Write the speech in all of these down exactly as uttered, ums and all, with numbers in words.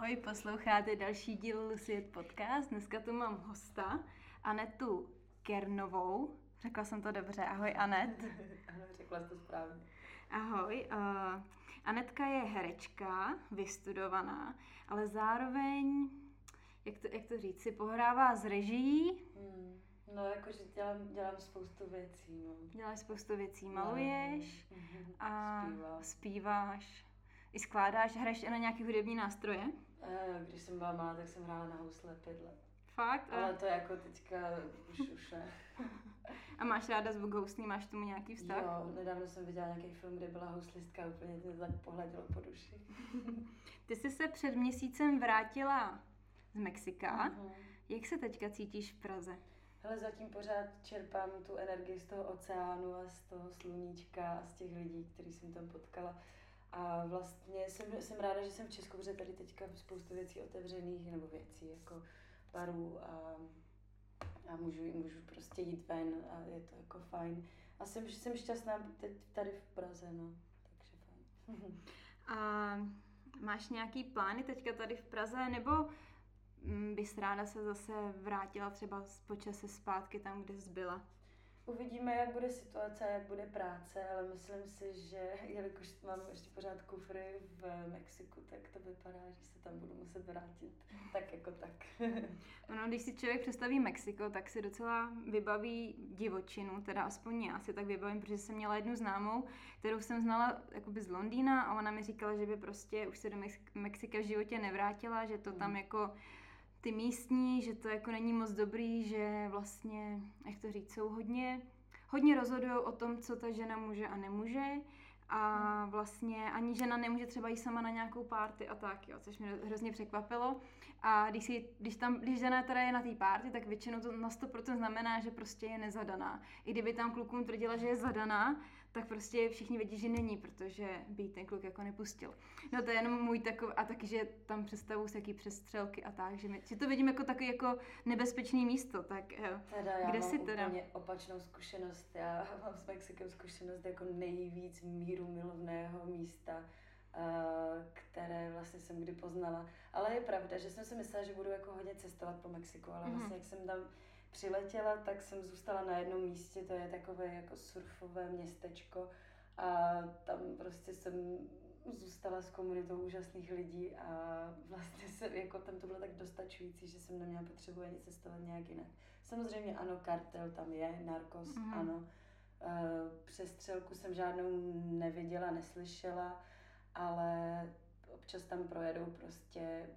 Ahoj, posloucháte další díl Lucie podcast. Dneska tu mám hosta, Anetu Kernovou. Řekla jsem to dobře. Ahoj, Anet. Ano, řekla jsi to správně. Ahoj. Uh, Anetka je herečka, vystudovaná, ale zároveň, jak to, jak to říct, si pohrává s režií. Hmm. No, jakože dělám, dělám spoustu věcí, no. Děláš spoustu věcí, maluješ no. a Zpívám. zpíváš. I skládáš, hraješ na nějaký hudební nástroje? Když jsem byla malá, tak jsem hrála na housle pět let. Fakt? Ale to jako teďka už, už ne. A máš ráda zvuk houslí, máš tomu nějaký vztah? Jo, nedávno jsem viděla nějaký film, kde byla houslistka a úplně mě to tak pohladilo po duši. Ty jsi se před měsícem vrátila z Mexika. Uh-huh. Jak se teďka cítíš v Praze? Hele, zatím pořád čerpám tu energii z toho oceánu a z toho sluníčka a z těch lidí, který jsem tam potkala. A vlastně jsem, jsem ráda, že jsem v Česku, protože tady teďka spoustu věcí otevřených, nebo věcí jako barů a, a můžu, můžu prostě jít ven a je to jako fajn. A jsem, jsem šťastná teď tady v Praze, no, takže fajn. A máš nějaký plány teďka tady v Praze, nebo bys ráda se zase vrátila třeba po čase zpátky tam, kde jsi byla? Uvidíme, jak bude situace a jak bude práce, ale myslím si, že jelikož mám ještě pořád kufry v Mexiku, tak to vypadá, že se tam budu muset vrátit tak jako tak. No, když si člověk představí Mexiko, tak si docela vybaví divočinu, teda aspoň já si tak vybavím, protože jsem měla jednu známou, kterou jsem znala jakoby z Londýna a ona mi říkala, že by prostě už se do Mexika v životě nevrátila, že to tam hmm. jako ty místní, že to jako není moc dobrý, že vlastně, jak to říct, jsou hodně, hodně rozhodují o tom, co ta žena může a nemůže a vlastně ani žena nemůže třeba jít sama na nějakou party a tak, jo, což mě hrozně překvapilo. A když, si, když, tam, když žena teda je na té party, tak většinou to na sto procent znamená, že prostě je nezadaná. I kdyby tam klukům tvrdila, že je zadaná, tak prostě všichni vědí, že není, protože by jí ten kluk jako nepustil. No to je jenom můj takový, a taky, že tam představují se jaký přestřelky a tak, že, my, že to vidím jako takový jako nebezpečný místo, tak jo. Teda já kde mám jsi teda? úplně opačnou zkušenost, já mám s Mexikem zkušenost jako nejvíc míru milovného místa, které vlastně jsem kdy poznala. Ale je pravda, že jsem si myslela, že budu jako hodně cestovat po Mexiku, ale mm-hmm. vlastně jak jsem tam přiletěla, tak jsem zůstala na jednom místě, to je takové jako surfové městečko a tam prostě jsem zůstala s komunitou úžasných lidí a vlastně se, jako tam to bylo tak dostačující, že jsem neměla potřebu ani cestovat nějak jinak. Samozřejmě ano, kartel tam je, narkos, mm-hmm. ano. Přestřelku jsem žádnou neviděla, neslyšela, ale občas tam projedou prostě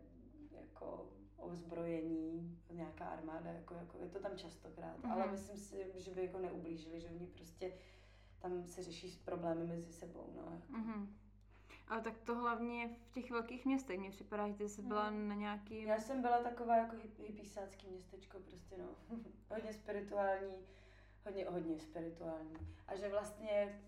jako ozbrojení, nějaká armáda, jako, jako je to tam častokrát, mm-hmm. ale myslím si, že by jako neublížili, že oni prostě tam se řeší problémy mezi sebou, no. Jako. Mm-hmm. Ale tak to hlavně v těch velkých městech, mně připadá, že ty jsi byla hmm. na nějaký... Já jsem byla taková jako hypísácký městečko, prostě no, hodně spirituální, hodně, hodně spirituální. A že vlastně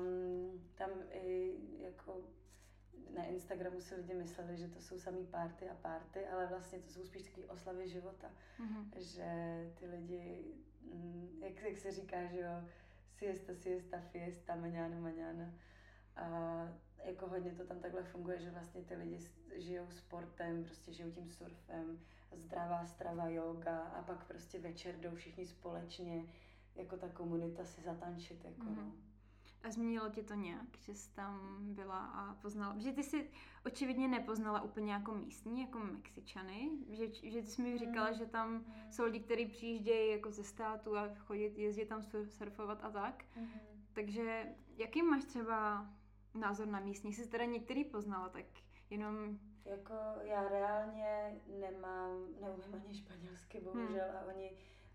um, tam i jako na Instagramu si lidi mysleli, že to jsou samý party a party, ale vlastně to jsou spíš takové oslavy života. Mm-hmm. Že ty lidi, jak, jak se říká, že jo, siesta, siesta, fiesta, mañana, mañana. A jako hodně to tam takhle funguje, že vlastně ty lidi žijou sportem, prostě žijou tím surfem, zdravá strava, yoga a pak prostě večer jdou všichni společně, jako ta komunita si zatančit, jako mm-hmm. no. A změnilo tě to nějak, že jsi tam byla a poznala, že ty jsi očividně nepoznala úplně jako místní, jako Mexičany, že, že ty jsi mi říkala, mm. že tam mm. jsou lidi, kteří přijíždějí jako ze státu a chodí, jezdí tam surfovat a tak. Mm. Takže jaký máš třeba názor na místní? Jsi teda některý poznala, tak jenom... Jako já reálně nemám, neumím ani španělsky, bohužel, hmm. a oni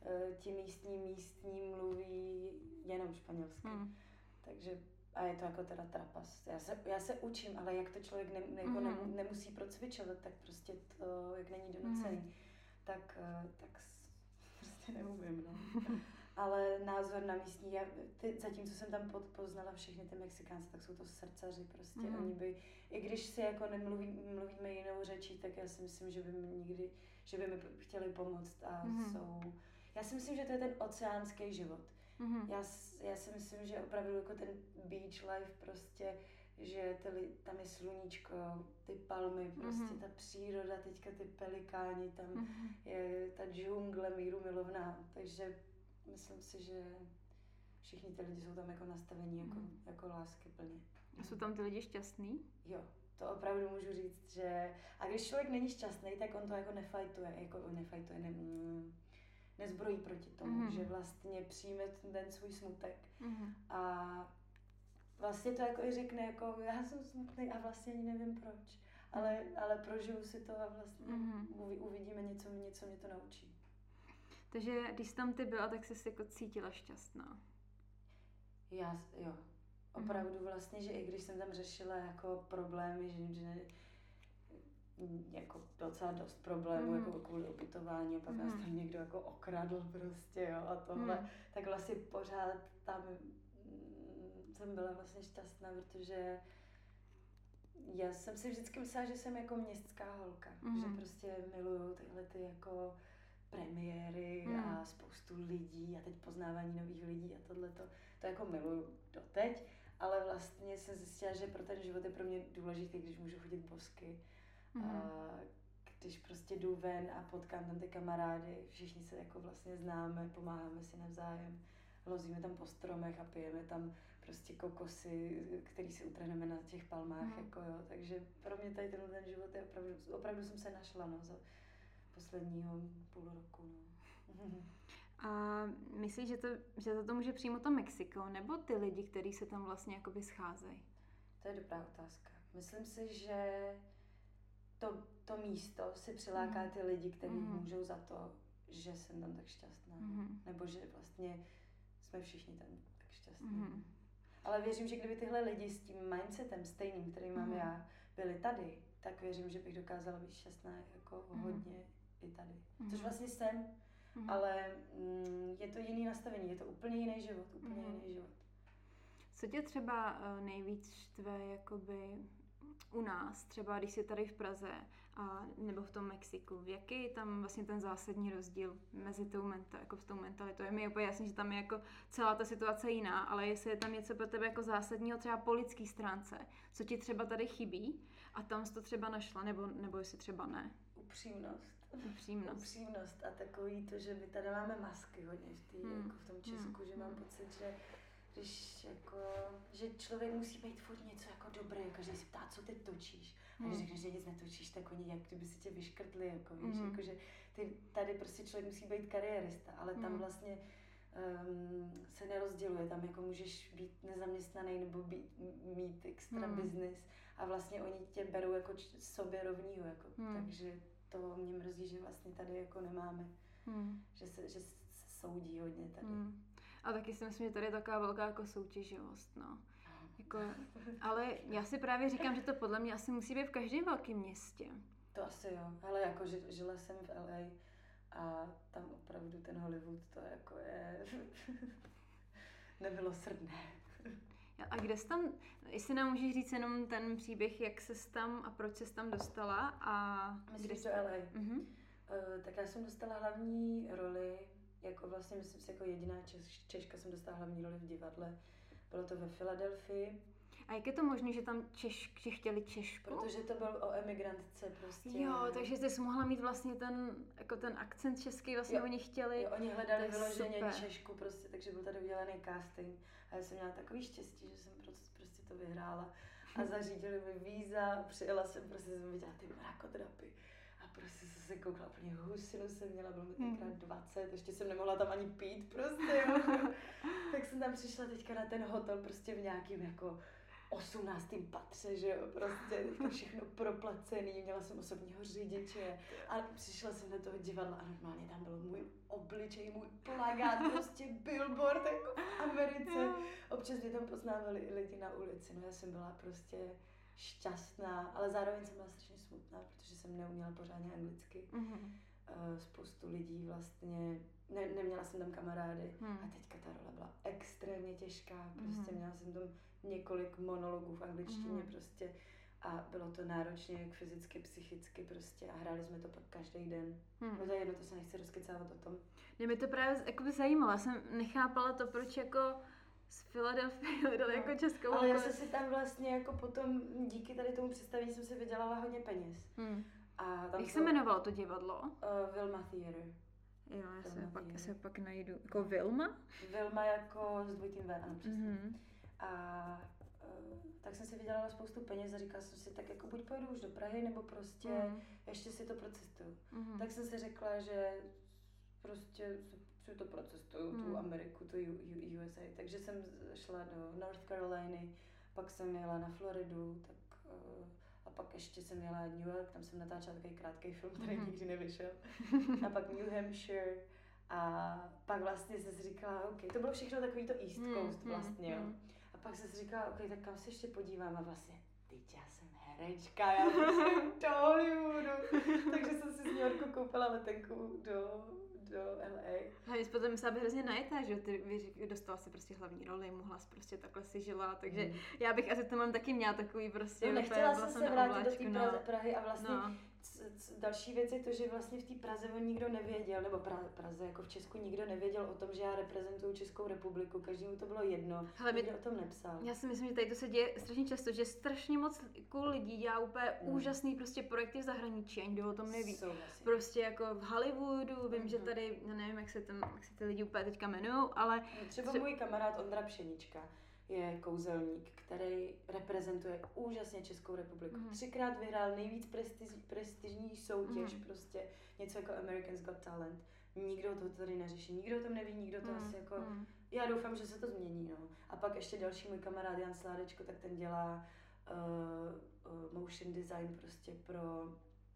ti místní místní mluví jenom španělsky. Hmm. Takže a je to jako teda trapas. Já se, já se učím, ale jak to člověk ne, jako mm-hmm. ne, nemusí procvičovat, tak prostě to, jak není donucený, mm-hmm. tak, tak prostě neumím, no. Ale názor na místní, já, ty, zatímco jsem tam poznala všechny ty Mexikánce, tak jsou to srdcaři prostě. Mm. Oni by, i když si jako nemluví, mluvíme jinou řečí, tak já si myslím, že by mi nikdy, že by mi chtěli pomoct a mm. jsou... Já si myslím, že to je ten oceánský život. Mm. Já, já si myslím, že opravdu jako ten beach life prostě, že ty, tam je sluníčko, ty palmy, prostě mm-hmm. ta příroda, teďka ty pelikáni, tam mm-hmm. je ta džungle míru milovná, takže myslím si, že všichni ty lidi jsou tam jako nastavení jako, mm-hmm. jako láskyplně. A jsou tam ty lidi šťastný? Jo, to opravdu můžu říct, že a když člověk není šťastný, tak on to jako nefajtuje, jako nefajtuje, ne, nezbrojí proti tomu, mm-hmm. že vlastně přijme ten svůj smutek mm-hmm. a vlastně to jako i řekne, jako já jsem smutný a vlastně ani nevím proč, ale, ale prožiju si to a vlastně mm-hmm. uvidíme něco, něco mě to naučí. Takže když jsi tam ty byla, tak jsi se jako cítila šťastná? Já, jo. Opravdu vlastně, že i když jsem tam řešila jako problémy, že, že jako docela dost problémů, mm. jako kvůli ubytování a pak mm. nás tam někdo jako okradl prostě, jo, a tohle, mm. tak vlastně pořád tam jsem byla vlastně šťastná, protože já jsem si vždycky myslela, že jsem jako městská holka, mm. že prostě miluju tyhle ty jako premiéry mm. a spoustu lidí a teď poznávání nových lidí a tohleto, to jako miluju doteď, ale vlastně jsem zjistila, že pro ten život je pro mě důležitý, když můžu chodit bosky, mm. a když prostě jdu ven a potkám tam ty kamarády, všichni se jako vlastně známe, pomáháme si navzájem, lozíme tam po stromech a pijeme tam prostě kokosy, který si utrhneme na těch palmách, mm. jako jo, takže pro mě tady tenhle ten život je opravdu, opravdu jsem se našla, no, za posledního půl roku, no. A myslíš, že to, že za to může přímo to Mexiko, nebo ty lidi, kteří se tam vlastně jakoby scházejí? To je dobrá otázka. Myslím si, že to, to místo si přiláká ty lidi, kteří mm. můžou za to, že jsem tam tak šťastná. Mm. Nebo že vlastně jsme všichni tam tak šťastní. Mm. Ale věřím, že kdyby tyhle lidi s tím mindsetem stejným, který mám mm. já, byli tady, tak věřím, že bych dokázala být šťastná jako mm. hodně i tady. Mm. Což vlastně jsem. Mm. Ale mm, je to jiný nastavení, je to úplně jiný život, úplně mm. jiný život. Co tě třeba uh, nejvíc štve jakoby u nás, třeba když jsi tady v Praze a nebo v tom Mexiku, jaký je tam vlastně ten zásadní rozdíl mezi tou, menta, jako s tou mentalitou? Je mi úplně jasný, že tam je jako celá ta situace jiná, ale jestli je tam něco pro tebe jako zásadního třeba po lidský stránce, co ti třeba tady chybí a tam jsi to třeba našla, nebo, nebo jestli třeba ne? Upřímnost. Upřímnost. Upřímnost a takový to, že my tady máme masky hodně v, tý, hmm. jako v tom Česku, hmm. že mám pocit, že když jako, že člověk musí být furt něco jako dobré, jako že si ptá, co ty točíš. A když řekneš, že nic netočíš, tak oni jak kdyby si tě vyškrtli, jako víš, hmm. jako že ty, tady prostě člověk musí být kariérista, ale tam hmm. vlastně um, se nerozděluje, tam jako můžeš být nezaměstnaný nebo být, mít extra hmm. business a vlastně oni tě berou jako č- sobě rovnýho, jako, hmm. takže to mě mrzí, že vlastně tady jako nemáme, hmm. že, se, že se soudí hodně tady. Hmm. A taky si myslím, že tady je taková velká jako soutěživost, no. Jako, ale já si právě říkám, že to podle mě asi musí být v každém velkém městě. To asi jo, ale jako žila jsem v L A a tam opravdu ten Hollywood to jako je nebylo srdné. A kde jsi tam, jestli nám můžeš říct jenom ten příběh, jak ses tam a proč ses tam dostala a... Myslíš do L A? Uh-huh. Uh, tak já jsem dostala hlavní roli, jako vlastně myslím si jako jediná Češ, Češka jsem dostala hlavní roli v divadle. Bylo to ve Filadelfii. A jak je to možné, že tam Češky chtěli Češku? Protože to byl o emigrantce prostě. Jo, takže jsi mohla mít vlastně ten, jako ten akcent český, vlastně jo, oni chtěli. Jo, oni hledali vyloženě Češku prostě, takže byl tady udělaný casting. A já jsem měla takový štěstí, že jsem prostě, prostě to vyhrála. A zařídili mi víza, přijela jsem, prostě jsem viděla ty mrakodrapy. A prostě jsem se koukala, úplně husinu jsem měla, bylo mi tenkrát dvacet, ještě jsem nemohla tam ani pít prostě, jo. Tak jsem tam přišla teďka na ten hotel prostě v nějakým jako osmnáctém patře, že jo, prostě to všechno proplacený, měla jsem osobního řidiče a přišla jsem do toho divadla a normálně tam byl můj obličej, můj plakát, prostě billboard jako v Americe. Občas mě tam poznávali lidi na ulici, no já jsem byla prostě šťastná, ale zároveň jsem byla strašně smutná, protože jsem neuměla pořádně anglicky. Mm-hmm. Uh, spoustu lidí vlastně, ne, neměla jsem tam kamarády mm. a teďka ta rola byla extrémně těžká, prostě mm. měla jsem tam několik monologů v angličtině mm. prostě a bylo to náročně jak fyzicky, psychicky prostě a hráli jsme to pak každý den. Mm. No to je jedno, to se nechci rozkecávat o tom. Mě mi to právě jakoby zajímalo, já jsem nechápala to, proč jako z Philadelphia dali no. jako českou. Ale já jsem si tam vlastně jako potom díky tady tomu představení jsem si vydělala hodně peněz. Hmm. A tam Jak to, se jmenovalo to divadlo? Uh, Wilma Theater. Jo, já se pak, se pak najdu. Jako Vilma? Vilma jako s dvojitým V, ano, přesně. Mm-hmm. A uh, tak jsem si vydělala spoustu peněz a říkala jsem si, tak jako buď pojedu už do Prahy, nebo prostě mm. ještě si to procestuju. Mm-hmm. Tak jsem si řekla, že prostě si to procestuju, mm. tu Ameriku, tu U S A. Takže jsem šla do North Caroliny, pak jsem jela na Floridu, tak uh, a pak ještě jsem jela New York, tam jsem natáčela takový krátký film, který mm. nikdy nevyšel. A pak New Hampshire. A pak vlastně jsem si říkala, OK, to bylo všechno takový to East Coast vlastně, jo. A pak jsem si říkala, OK, tak kam se ještě podívám a vlastně, teď já jsem herečka, já jsem do Hollywoodu. Takže jsem si z New Yorku koupila letenku do, do L A. A jsi potom myslela by hrozně najetá, že ty dostala si prostě hlavní roli, mohla jsi prostě takhle si žila, takže mm. já bych asi to mám taky měla takový prostě. No, nechtěla jsem se vrátit do té no. Prahy a vlastně no. c- c- další věc je to, že vlastně v té Praze on nikdo nevěděl, nebo pra- Praze jako v Česku nikdo nevěděl o tom, že já reprezentuju Českou republiku, každému to bylo jedno, hele, nikdo my, o tom nepsal. Já si myslím, že tady to se děje strašně často, že strašně moc cool lidí dělá úplně mm. úžasný prostě projekty v zahraničí, ani kdo o tom neví. Souhlasím. Prostě jako v Hollywoodu, vím, mm. že tady, no nevím, jak se, tam, jak se ty lidi úplně teďka jmenujou, ale... Třeba můj kamarád Ondra Pšenička je kouzelník, který reprezentuje úžasně Českou republiku. Mm. Třikrát vyhrál nejvíc prestiž, prestižní soutěž, mm. prostě něco jako American's Got Talent. Nikdo to tady neřeší, nikdo o tom neví, nikdo to mm. asi jako... Mm. Já doufám, že se to změní, no. A pak ještě další můj kamarád Jan Sládečko, tak ten dělá uh, uh, motion design prostě pro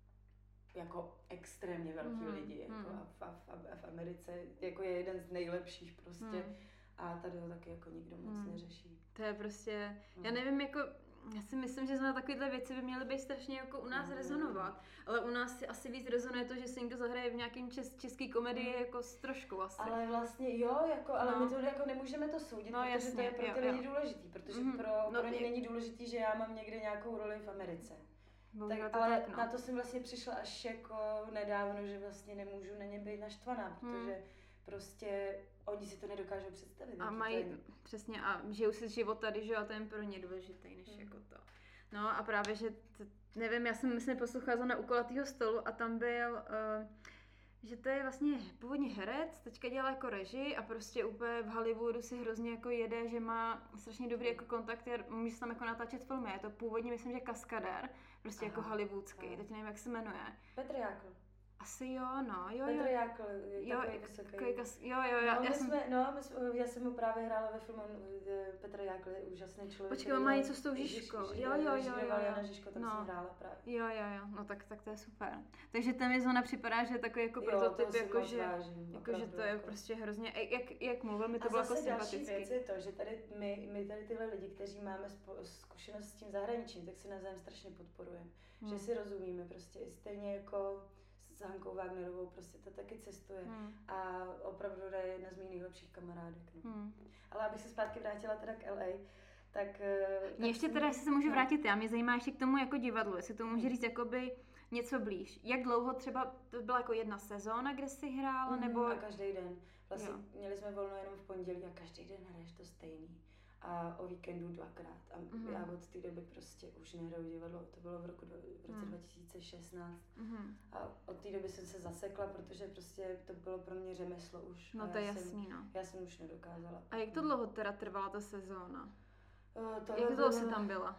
jako extrémně velký mm. lidi, jako mm. a, v, a, v, a v Americe jako je jeden z nejlepších prostě. Mm. A tady ho taky jako nikdo moc hmm. neřeší. To je prostě, já nevím, jako, já si myslím, že zrovna takovéhle věci by měly být strašně jako u nás hmm. rezonovat, ale u nás si asi víc rezonuje to, že se někdo zahraje v nějakém čes, český komedii hmm. jako s troškou asi. Ale vlastně jo, jako, ale no. my to jako nemůžeme to soudit, no, protože jasně, to je pro ty jo, lidi jo. důležitý, protože mm. pro, no, pro ně je... není důležitý, že já mám někde nějakou roli v Americe. Tak, to ale tak, no. na to jsem vlastně přišla až jako nedávno, že vlastně nemůžu na ně být naštvaná, protože hmm. prostě oni si to nedokážou představit. A mají, je... přesně, a žijou si život tady, že a to je pro ně důležitý, než hmm. jako to. No a právě, že, t, nevím, já jsem myslím poslouchala na Ukolatýho stolu a tam byl, uh, že to je vlastně původně herec, teďka dělá jako režii a prostě úplně v Hollywoodu si hrozně jako jede, že má strašně dobrý jako kontakt, může se tam jako natáčet filmy, je to původně myslím, že kaskadér, prostě aha, jako hollywoodský, teď nevím, jak se jmenuje. Petr Jákl. Asi jo, no, jo, Petr jo. Jákl je takový vysoký. Kas, jo, jo, jo. No, já, jsem... jsme, no my jsme, já jsem mu právě hrála ve filmu, Petr Jákl je úžasný člověk. Počkej, má něco s tou Žižkou. Jo, jo, jo, jo, jo. Jana Žižko, tam no. jsem hrála právě. Jo, jo, jo, no tak, tak to je super. Takže ten mi zóna připadá, že je takový jako prototyp, jako že, vážím, jako, že to je jako. Prostě hrozně, jak, jak mluvil, mi to bylo jako sympatický. A zase další věc je to, že tady my, my tady tyhle lidi, kteří máme zkušenost s tím zahraničím, tak si navzájem strašně podporujeme. Hmm. Že si rozumíme prostě i stejně jako s Hankou Wagnerovou, prostě to taky cestuje hmm. a opravdu je jedna z mých nejlepších kamarádek. No. Hmm. Ale abych se zpátky vrátila teda k L A, tak... Mě ještě teda, jestli se můžu vrátit, já mě zajímá ještě k tomu jako divadlu, jestli to může říct jakoby něco blíž. Jak dlouho třeba, to byla jako jedna sezóna, kde jsi hrála, nebo... A každý den. Vlastně jo. měli jsme volno jenom v pondělí a každý den hraješ to stejný. A o víkendu dvakrát. A mm-hmm. já od té doby prostě už nehraju divadlo. To bylo v, roku, v roce mm. dva tisíce šestnáct. Mm-hmm. A od té doby jsem se zasekla, protože prostě to bylo pro mě řemeslo už. No to je jasný, no. Já jsem už nedokázala. A jak to dlouho teda trvala ta sezóna? Uh, jak dlouho jsi tam byla?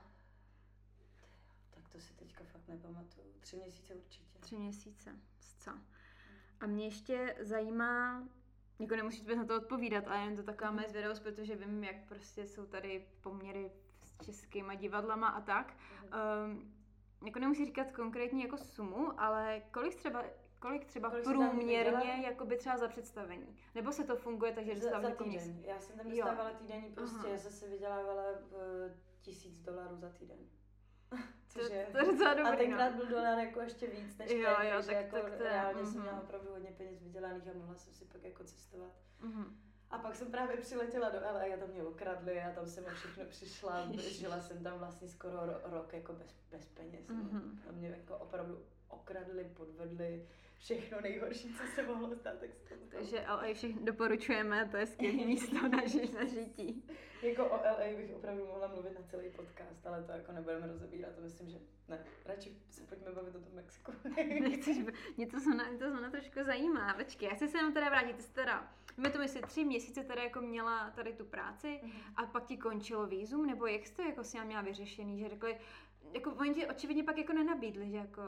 Tak to si teďka fakt nepamatuju. Tři měsíce určitě. Tři měsíce, sca. A mě ještě zajímá, jako nemusíš na to odpovídat, ale jen to taková moje zvědavost, protože vím, jak prostě jsou tady poměry s českýma divadlama a tak. Um, jako nemusí říkat konkrétní jako sumu, ale kolik třeba, kolik třeba kolik průměrně jakoby třeba za představení? Nebo se to funguje, takže dostáváš za týden. Já jsem tam dostávala týdenní prostě, aha. já jsem si vydělávala v tisíc dolarů za týden. Cože, to, to je dobrý, a tenkrát byl dolar jako ještě víc než jo, teď, jo, takže tak, jako tak to, reálně mm-hmm. jsem měla opravdu hodně peněz vydělaných a mohla jsem si pak jako cestovat. Mm-hmm. A pak jsem právě přiletěla do L A a tam mě okradli a tam jsem o všechno přišla, žila jsem tam vlastně skoro ro, rok jako bez, bez peněz. Mm-hmm. A mě jako opravdu okradli, podvedli, všechno nejhorší, co se mohlo stát, tak se to Takže L A všechno doporučujeme, to je skvělé místo na, ži- na žití. Jako o L A bych opravdu mohla mluvit na celý podcast, ale to jako nebudeme rozebírat, to myslím, že ne, radši se pojďme bavit o tom Mexiku. Nechceš, mě to zrovna, mě to zrovna trošku zajímá. Počkej, já si se jenom teda vrátit, ty jsi teda, my to myslí tři měsíce teda jako měla tady tu práci mm-hmm. a pak ti končilo vízum, nebo jak jsi to jako si měla vyřešený, že řekli, jako oni ti očividně pak jako nenabídli, že jako...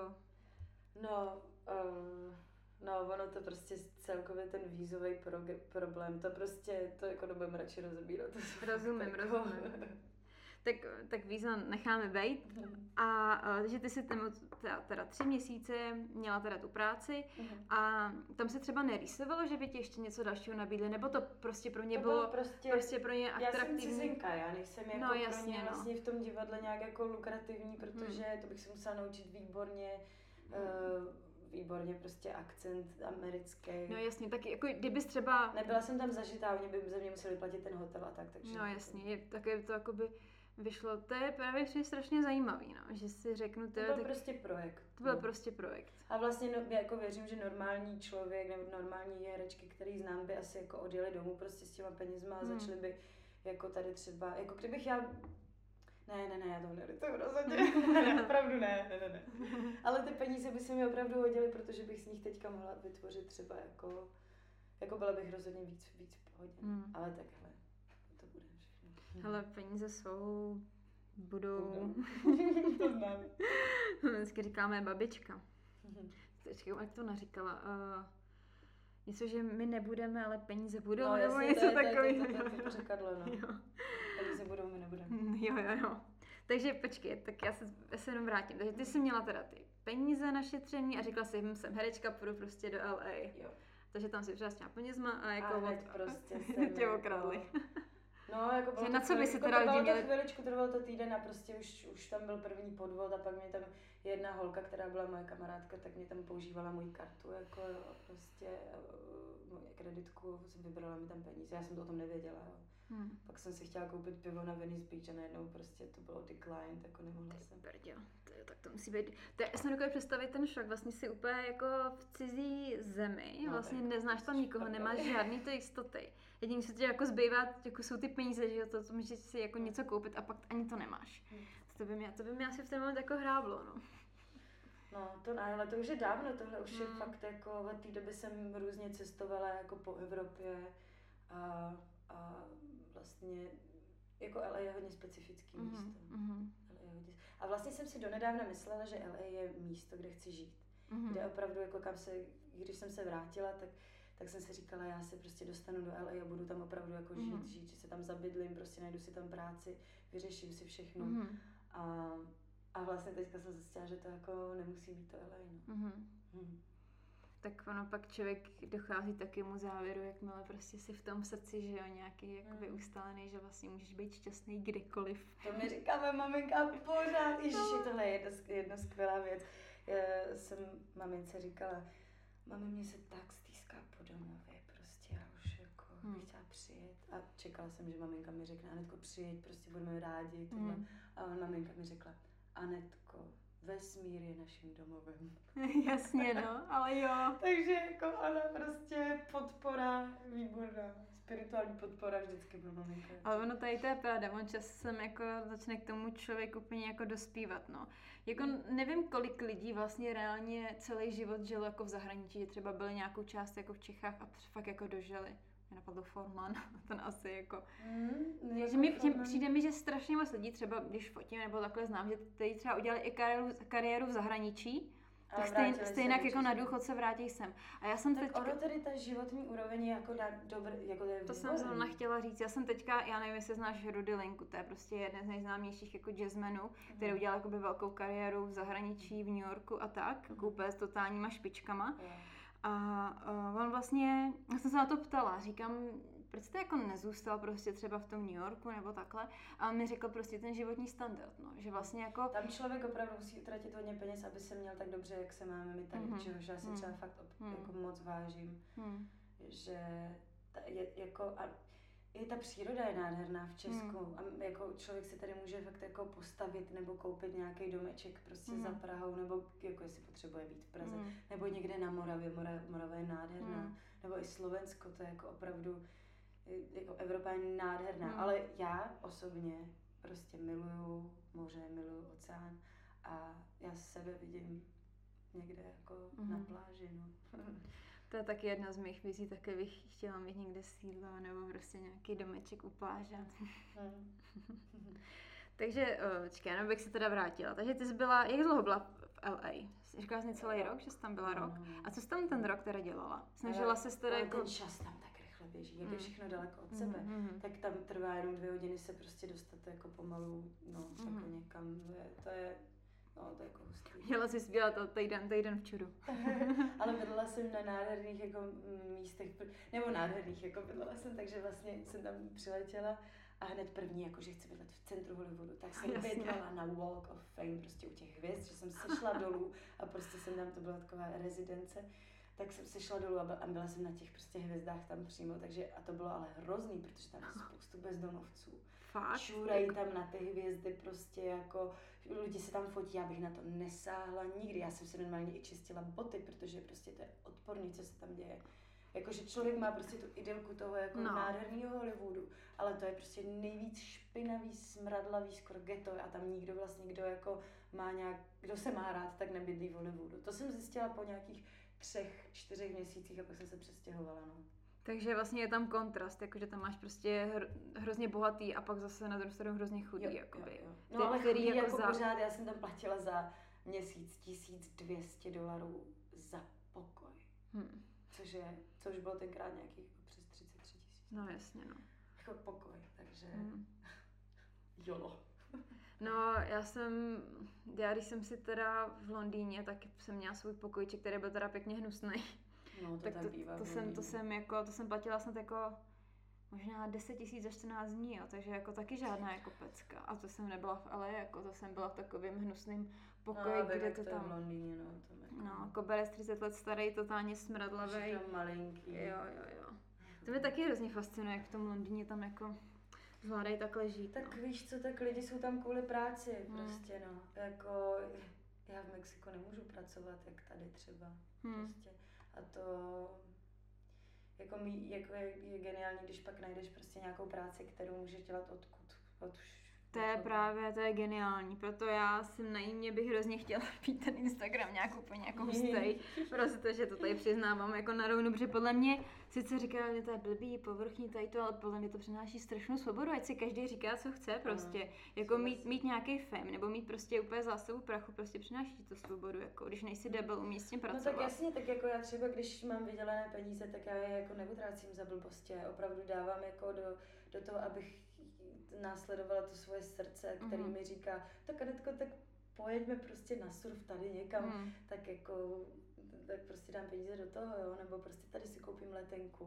No, um, no ono to prostě celkově ten vízový pro, problém, to prostě, to jako nebudeme radši rozebírat. Rozumím, rozumím. Tak, tak víza necháme bejt. A, a takže ty jsi tam teda, teda tři měsíce měla teda tu práci a tam se třeba nerýsovalo, že by ti ještě něco dalšího nabídli, nebo to prostě pro ně to bylo, bylo prostě, prostě pro ně atraktivní? Já jsem cizinka, já nejsem jako no, jasně, pro ně no. vlastně v tom divadle nějak jako lukrativní, protože hmm. to bych se musela naučit výborně, uh, výborně prostě akcent americký. No jasně, tak jako kdybys třeba... Nebyla jsem tam zažitá, oni by ze mě museli platit ten hotel a tak, takže... No jasně, je, také to jakoby vyšlo, to je právě přijde strašně zajímavý, no, že si řeknu... To byl tak, prostě projekt. To byl no. prostě projekt. A vlastně no, jako věřím, že normální člověk nebo normální herečky, který znám, by asi jako odjeli domů prostě s těma penězma a hmm. začali by jako tady třeba, jako kdybych já... Ne, ne, ne, já to nelituju rozhodně, opravdu ne, ne, ne, ne. Ale ty peníze by se mi opravdu hodily, protože bych z nich teďka mohla vytvořit třeba jako, jako byla bych rozhodně víc, víc v pohodě, hmm. ale takhle, to bude všechno. Hele, peníze jsou, budou... To znám. Vždycky říkáme babička. Počkej, jak to naříkala? Uh, něco, že my nebudeme, ale peníze budou, no, nebo jasně, něco takového. To, to, to, to, to řekadlo, no. Jo. Peníze budou, my nebudeme. Jo, jo, jo. Takže počkej, tak já se, já se jenom vrátím. Takže ty jsi měla teda ty peníze našetřený a řekla si, hm, jsem herečka, půjdu prostě do L A. Jo. Takže tam si přišla s těma penězma a jako a hned od... prostě jsem tě okradli. No, jako bylo na co by si jako teda lidi měli... chviličku, trvalo to týden a prostě už, už tam byl první podvod a pak mě tam jedna holka, která byla moje kamarádka, tak mě tam používala moji kartu, jako prostě moje kreditku, vybrala mi tam peníze, já jsem to o tom nevěděla, jo. Hmm. Pak jsem si chtěla koupit pivo na Venice Beach a najednou prostě to bylo declined, jako nemohla jsem. Brďo, to je, tak to musí být, to je, já jsem dokážu představit ten šok, vlastně si úplně jako v cizí zemi, no, vlastně neznáš tam nikoho, nemáš žádný to jistoty. Jediný, co tě jako zbývá, jako jsou ty peníze, že jo, to, to můžeš si jako něco koupit a pak ani to nemáš. Hmm. To by mě, to by mě asi v ten moment jako hráblo, no. No, to ne, ale to už je dávno, tohle už hmm. je fakt jako, od té doby jsem různě cestovala jako po Evropě a, a vlastně jako L A je hodně specifický mm-hmm. místo. Mm-hmm. A vlastně jsem si donedávna myslela, že L A je místo, kde chci žít. Mm-hmm. Kde opravdu, jako kam se, když jsem se vrátila, tak, tak jsem si říkala, já se prostě dostanu do L A a budu tam opravdu jako žít, mm-hmm. žít, že se tam zabydlím, prostě najdu si tam práci, vyřeším si všechno. Mm-hmm. A, a vlastně teďka jsem zjistila, že to jako nemusí být to L A. No. Mm-hmm. Mm. Tak ono pak člověk dochází takému závěru, jakmile prostě si v tom srdci, že jo, nějaký jakoby ustálený, že vlastně můžeš být šťastný kdykoliv. To mi říká maminka pořád, ježiši, tohle je jedna, jedna skvělá věc. Já jsem mamince říkala, mami, mě se tak stýská po domově, prostě já už jako hmm. bych chtěla přijet. A čekala jsem, že maminka mi řekne, Anetko, přijeď, prostě budeme rádi. Hmm. A maminka mi řekla, Anetko, vesmír je naším domovem. Jasně, no, ale jo. Takže jako ona prostě podpora, výborná, spirituální podpora vždycky pro maminka. Ale ono tady to je pravda, on časem jako začne k tomu člověk úplně jako dospívat, no. Jako nevím, kolik lidí vlastně reálně celý život žilo jako v zahraničí, že třeba byli nějakou část jako v Čechách a fakt jako dožili. Mě napadlo Forman, ten asi jako... Mm, jako že mi, tím, přijde mi, že strašně moc lidí, třeba když fotím nebo takhle znám, že tady třeba udělali i kariéru, kariéru v zahraničí, a tak stejn, stejnak jako na důchod se vrátí sem. A já jsem tak teďka... ono tedy ta životní úroveň je jako dát dobrý, jako to je To jsem zrovna chtěla říct, já jsem teďka, já nevím, jestli znáš Rudy Linku, to je prostě jeden z nejznámějších jako jazzmenů, mm. který udělal jakoby velkou kariéru v zahraničí, v New Yorku a tak, mm. úplně s totálníma špičkama. Yeah. A uh, on vlastně, já jsem se na to ptala, říkám, proč jste jako nezůstal prostě třeba v tom New Yorku nebo takhle, a on mi řekl prostě ten životní standard, no, že vlastně jako... Tam člověk opravdu musí utratit hodně peněz, aby se měl tak dobře, jak se máme my tady, mm-hmm. čehož já si třeba fakt op- mm. jako moc vážím, mm. že ta, je, jako... A, i ta příroda je nádherná v Česku. Mm. A jako člověk si tady může fakt jako postavit nebo koupit nějaký domeček prostě Mm. za Prahou, nebo jako jestli potřebuje být v Praze, Mm. nebo někde na Moravě, Mora, Morava je nádherná, Mm. nebo i Slovensko, to je jako opravdu, jako Evropa je nádherná, Mm. ale já osobně prostě miluju moře, miluju oceán a já sebe vidím někde jako Mm. na pláži, no. To je taky jedna z mých vizí, taky bych chtěla mít někde sídlo nebo prostě nějaký domeček u pláže. Mm. Takže, počkej, no bych se teda vrátila. Takže ty jsi byla, jak dlouho byla v L A? Říkala jsi celý rok, že jsi tam byla rok? A co jsi tam ten rok teda dělala? Snažila se teda ale jako... ten čas tam tak rychle běží, jak je všechno daleko od sebe, Mm. tak tam trvá jenom dvě hodiny se prostě dostat jako pomalu, no, Mm. jako někam, je, to je, no, to je jako hustý. Měla jsi byla to týden, týden v čudu. Ale bydlela jsem na nádherných jako místech, nebo nádherných, jako bydlela jsem, takže vlastně jsem tam přiletěla a hned první, jako že chci bydlet v centru Hollywoodu, tak jsem Jasně. bydlela na Walk of Fame, prostě u těch hvězd, že jsem sešla dolů a prostě jsem tam, to byla taková rezidence, tak jsem sešla dolů a byla, a byla jsem na těch prostě hvězdách tam přímo, takže a to bylo ale hrozný, protože tam je spoustu bezdomovců. Fakt? Čůrají tam na ty hvězdy prostě jako, lidi se tam fotí, já bych na to nesáhla nikdy, já jsem si normálně i čistila boty, protože prostě to je odporný, co se tam děje. Jakože člověk má prostě tu idylku toho jako No. nádherného Hollywoodu, ale to je prostě nejvíc špinavý, smradlavý, skoro ghetto a tam nikdo vlastně, kdo jako má nějak, kdo se má rád, tak nebydlí v Hollywoodu. To jsem zjistila po nějakých třech, čtyřech měsících a pak jsem se přestěhovala, no. Takže vlastně je tam kontrast, jakože tam máš prostě hr, hrozně bohatý a pak zase na druhou stranu hrozně chudý, Jo, jakoby. jo, jo. Ty- No ale který chudý jako jako za- pořád, já jsem tam platila za měsíc tisíc dvě stě dolarů za pokoj, Hm. což je, což bylo tenkrát nějakých jako přes třicet tři tisíc. No jasně, no. Jako pokoj, takže Hm. jolo. No, já jsem, já když jsem si teda v Londýně, tak jsem měla svůj pokojček, který byl teda pěkně hnusný. No to Tak tak, to, bývá. to, v jsem, to Londýně. jsem jako, to jsem platila snad jako možná deset tisíc za čtrnáct dní, jo, takže jako taky žádná jako pecka. A to jsem nebyla v L A, jako to jsem byla v takovém hnusném pokoji, no, kde jak to to je v tam, Londýně, no, to jako, no, koberec třicet let starý, totálně smradlavý. všechno malinký. Jo, jo, jo. To mě taky hrozně fascinuje, jak v tom Londýně tam jako zvládají takhle žít. Tak no. víš co, tak lidi jsou tam kvůli práci, Hmm. prostě no, jako já v Mexiku nemůžu pracovat, jak tady třeba, Hmm. prostě a to jako, mý, jako je, je geniální, když pak najdeš prostě nějakou práci, kterou můžeš dělat odkud, od To je právě, to je geniální, proto já jsem najímně bych hrozně chtěla mít ten Instagram nějak úplně jako hustej, protože to tady přiznávám jako na rovinu, protože podle mě, sice říká, že to je blbý, povrchní tady to, ale podle mě to přináší strašnou svobodu, ať si každý říká, co chce prostě, Ano, jako mít, souhlasím. mít nějaký fame, nebo mít prostě úplně zásobu prachu, prostě přináší ti to svobodu, jako když nejsi debil, umíš s tím No pracovat. tak jasně, tak jako já třeba, když mám vydělané peníze, tak já je jako neutrácím za blbosti, já opravdu dávám jako do, do toho, abych následovala to svoje srdce, který Mhm. mi říká, tak Anetko, tak pojeďme prostě na surf tady někam, Hmm. tak jako, tak prostě dám peníze do toho, jo, nebo prostě tady si koupím letenku,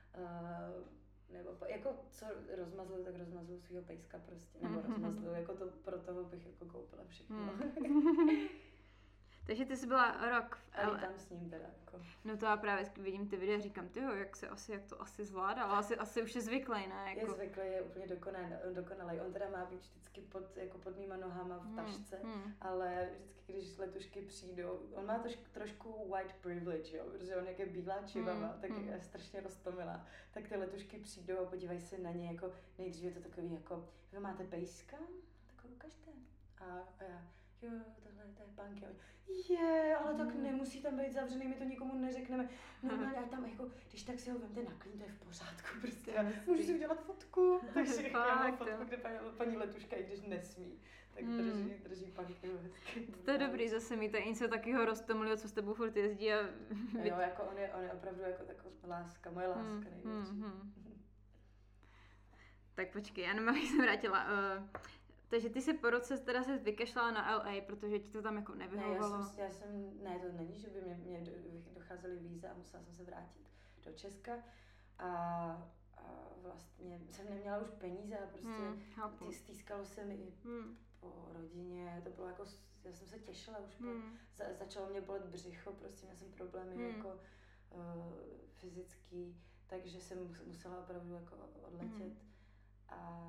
uh, nebo po, jako co rozmazluju, tak rozmazluju svýho pejska prostě, nebo Mhm. rozmazluju, jako to pro toho bych jako koupila všechno. Hmm. Takže ty jsi byla rok v A L A. tam s ním teda, jako. No to já právě vidím ty videa, říkám, tyjo, jak se asi, jak to asi zvládá, ale asi, asi už je zvyklý, ne? Je Jako... zvyklý, je úplně dokonalý, dokonalý. On teda má být vždycky pod, jako pod mýma nohama v tašce, Hmm, hmm. ale vždycky, když letušky přijdou, on má troš, trošku white privilege, jo, protože on jak je bílá čivava, Hmm, tak hmm. je strašně roztomilá, tak ty letušky přijdou a podívají se na ně, jako nejdřív je to takový jako, vy máte pejska? Tak ho ukažte. A, a já, jo, tohle to je Punky. Je, ale tak Hmm. nemusí tam být zavřený, my to nikomu neřekneme. Normálně, a tam jako, když tak si ho vemte na klín, to je v pořádku prostě. A můžu si udělat fotku. Takže já mám Fakt, fotku, jo. kde paní, paní letuška, i když nesmí, tak Hmm. drží, drží Punky hezky. To je dobrý, zase mi tady něco takového roztomilého, co s tebou furt jezdí a... A jo, jako on je, on je opravdu jako taková láska, moje láska Hmm, největší. hmm, hmm. Tak počkej, já nevím, jak jsem vrátila. Uh, takže ty se po roce teda se vykašlala na L A, protože ti to tam jako Ne, já nevyhovovalo. jsem, já jsem, ne, to není, že by mě, mě do- docházely víza a musela jsem se vrátit do Česka a, a vlastně jsem neměla už peníze a prostě Hmm, chápu. ty stýskalo se mi i Hmm, po rodině, to bylo jako, s- já jsem se těšila už, pak hmm, za, začalo mě bolet břicho, prostě měla jsem problémy Hmm. jako uh, fyzický, takže jsem musela opravdu jako odletět mm. a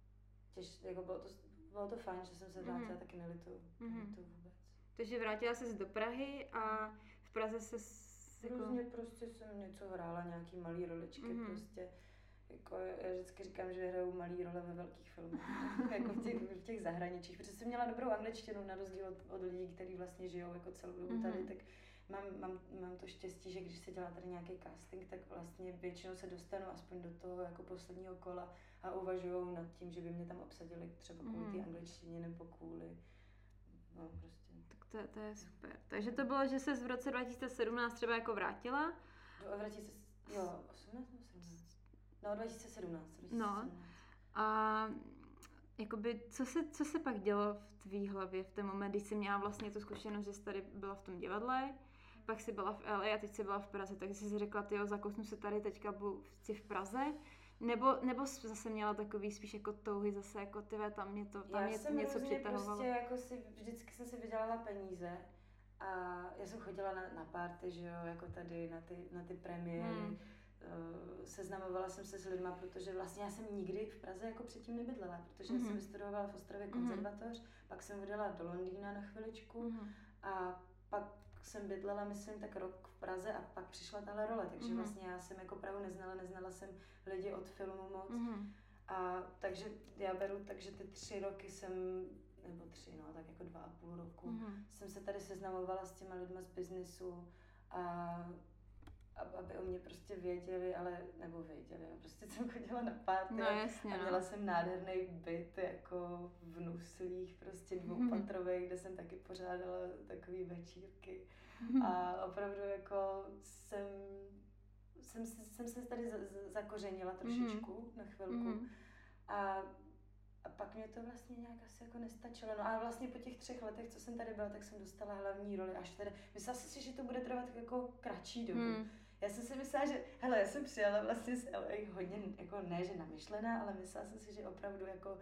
těž, jako bylo to, bylo to fajn, že jsem se vrátila, mm. taky nelituju, mm. nelituju vůbec. Takže vrátila ses do Prahy a v Praze se jako... Různě prostě jsem něco hrála, nějaký malý roličky, mm. prostě. Jako, já vždycky říkám, že hraju malý role ve velkých filmech, jako v těch, v těch zahraničích, protože jsem měla dobrou angličtinu na rozdíl od, od lidí, kteří vlastně žijou jako celou dobu tady, mm. tak mám, mám, mám to štěstí, že když se dělá tady nějaký casting, tak vlastně většinou se dostanu aspoň do toho jako posledního kola a uvažujou nad tím, že by mě tam obsadili třeba kvůli mm. té angličtině nebo kvůli, no prostě. Tak to, to je super. Takže to bylo, že ses v roce dva tisíce sedmnáct třeba jako vrátila? Do, vrátila se, jo, osmnáct nebo sedmnáct? No, dva tisíce sedmnáct. dva tisíce sedmnáct. No, a jakoby, co se, co se pak dělo v tvý hlavě v ten moment, když jsi měla vlastně tu zkušenost, že jsi tady byla v tom divadle, pak jsi byla v L A a teď jsi byla v Praze, tak jsi si řekla, tyjo, zakousnu se tady, teďka budu v Praze, nebo, nebo jsi zase měla takový spíš jako touhy zase, jako tyve, tam mě to, tam mě něco přitahovalo. Já jsem prostě jako si, vždycky jsem si vydělala peníze a já jsem chodila na, na party, že jo, jako tady na ty, na ty premiéry. Hmm. Seznamovala jsem se s lidma, protože vlastně já jsem nikdy v Praze jako předtím nebydlela, protože mm-hmm. jsem vystudovala v Ostravě konzervatoř, mm-hmm. pak jsem odjela do Londýna na chviličku mm-hmm. a pak jsem bydlela, myslím, tak rok v Praze a pak přišla tahle role, takže mm-hmm. vlastně já jsem jako Prahu neznala, neznala jsem lidi od filmu moc mm-hmm. a takže já beru, takže ty tři roky jsem, nebo tři, no, tak jako dva a půl roku, mm-hmm. jsem se tady seznamovala s těma lidma z biznisu a aby o mě prostě věděli, ale, nebo věděli, no prostě jsem chodila na party no, jasně, a měla no. jsem nádherný byt jako v Nuslích, prostě dvoupatrový, mm. kde jsem taky pořádala takový večírky mm. a opravdu jako jsem, jsem, jsem se tady z, z, zakořenila trošičku mm. na chvilku mm. a A pak mě to vlastně nějak asi jako nestačilo. No a vlastně po těch třech letech, co jsem tady byla, tak jsem dostala hlavní roli až tady. Myslela jsem si, že to bude trvat jako kratší dobu. Hmm. Já jsem si myslela, že, hele, já jsem přijela vlastně z L A hodně, jako ne, že namyšlená, ale myslela jsem si, že opravdu jako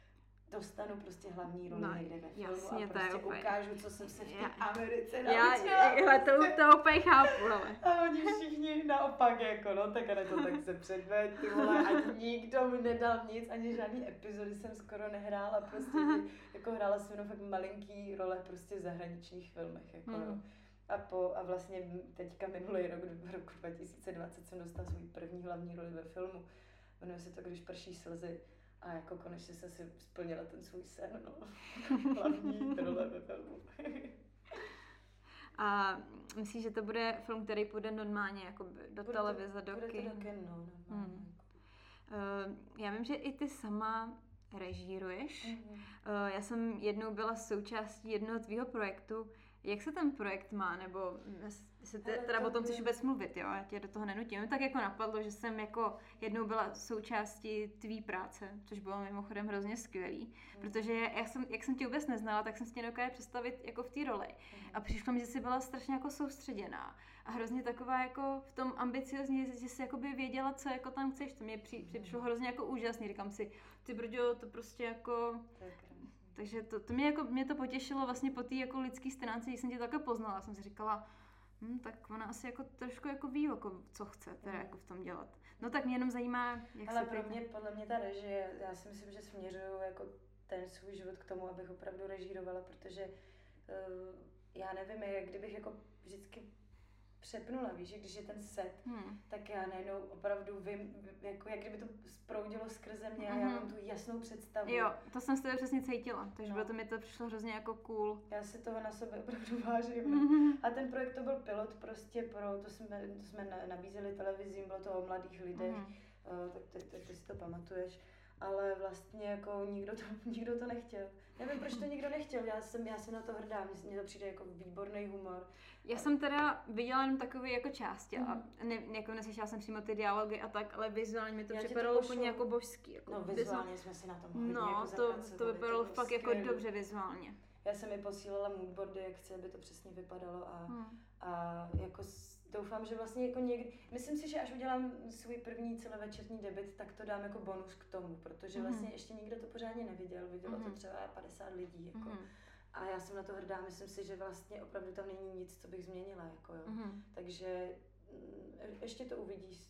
dostanu prostě hlavní roli no, někde ve filmu jasně, a prostě úplně... ukážu, co jsem se v té Americe naučila. Já, to, to úplně chápu, ale. A oni všichni naopak, jako no, tak ale to tak se předveď, ty vole, ani nikdo mi nedal nic, ani žádný epizody jsem skoro nehrála, prostě jako hrála jsem jenom fakt malinký role prostě v zahraničních filmech, jako mm. no. A, po, a vlastně teďka minulý rok, v roku dva tisíce dvacet jsem dostala svůj první hlavní roli ve filmu. Jmenuje se to Když prší slzy. A jako konečně jsem si splnila ten svůj sen, no. Hlavní role ve filmu. A myslíš, že to bude film, který půjde normálně jako do bude televize, to, do kin? Bude to do kin, no, normálně. Hmm. Uh, já vím, že i ty sama režíruješ. Mm-hmm. Uh, já jsem jednou byla součástí jednoho tvýho projektu. Jak se ten projekt má, nebo jestli te, teda o tom chceš vůbec mluvit, jo? Já tě do toho nenutím. Tak jako napadlo, že jsem jako jednou byla součástí tvý práce, což bylo mimochodem hrozně skvělý, mm. protože já jsem, jak jsem tě vůbec neznala, tak jsem si tě dokázala představit jako v té roli. Mm. A přišlo mi, že jsi byla strašně jako soustředěná a hrozně taková jako v tom ambiciozní, že jsi jakoby věděla, co jako tam chceš. To mě při, přišlo hrozně jako úžasný. Říkám si, ty brďo, to prostě jako... Takže to, to mě, jako, mě to potěšilo vlastně po té jako lidský stránce, když jsem tě také poznala, jsem si říkala, hm, tak ona asi jako trošku jako ví, jako, co chce teda jako v tom dělat. No tak mě jenom zajímá, jak ale se... pro mě, podle mě ta režie, já si myslím, že směřuju jako ten svůj život k tomu, abych opravdu režírovala, protože uh, já nevím, jak kdybych jako vždycky přepnula, víš, že když je ten set, hmm. tak já najednou opravdu vím, jako jak kdyby to sproudilo skrze mě a mm-hmm. já mám tu jasnou představu. Jo, to jsem z tebe přesně cítila, takže no. proto mi to přišlo hrozně jako cool. Já si toho na sobě opravdu vážím. Mm-hmm. A ten projekt to byl pilot prostě pro, to jsme, to jsme nabízeli televizím, bylo to o mladých lidech, mm-hmm. uh, tak ty, ty, ty si to pamatuješ. Ale vlastně jako nikdo to, nikdo to nechtěl. Nevím, proč to nikdo nechtěl, já jsem, já jsem na to hrdá, mně to přijde jako výborný humor. Já a... jsem teda viděla jenom takový jako části mm. a ne, jako neslyšela jsem přímo ty dialogy a tak, ale vizuálně mi to připadalo úplně jako božský. Jako no vizuálně jsme si na tom hodně no, jako to, to vypadalo fakt jako dobře vizuálně. Já jsem mi posílala moodboardy, jak chci, aby to přesně vypadalo a, hmm. a jako doufám, že vlastně jako někdy, myslím si, že až udělám svůj první celovečerní debut, tak to dám jako bonus k tomu, protože hmm. vlastně ještě nikdo to pořádně neviděl, vidělo hmm. to třeba padesát lidí, jako. Hmm. A já jsem na to hrdá, myslím si, že vlastně opravdu tam není nic, co bych změnila, jako jo. Hmm. Takže ještě to uvidíš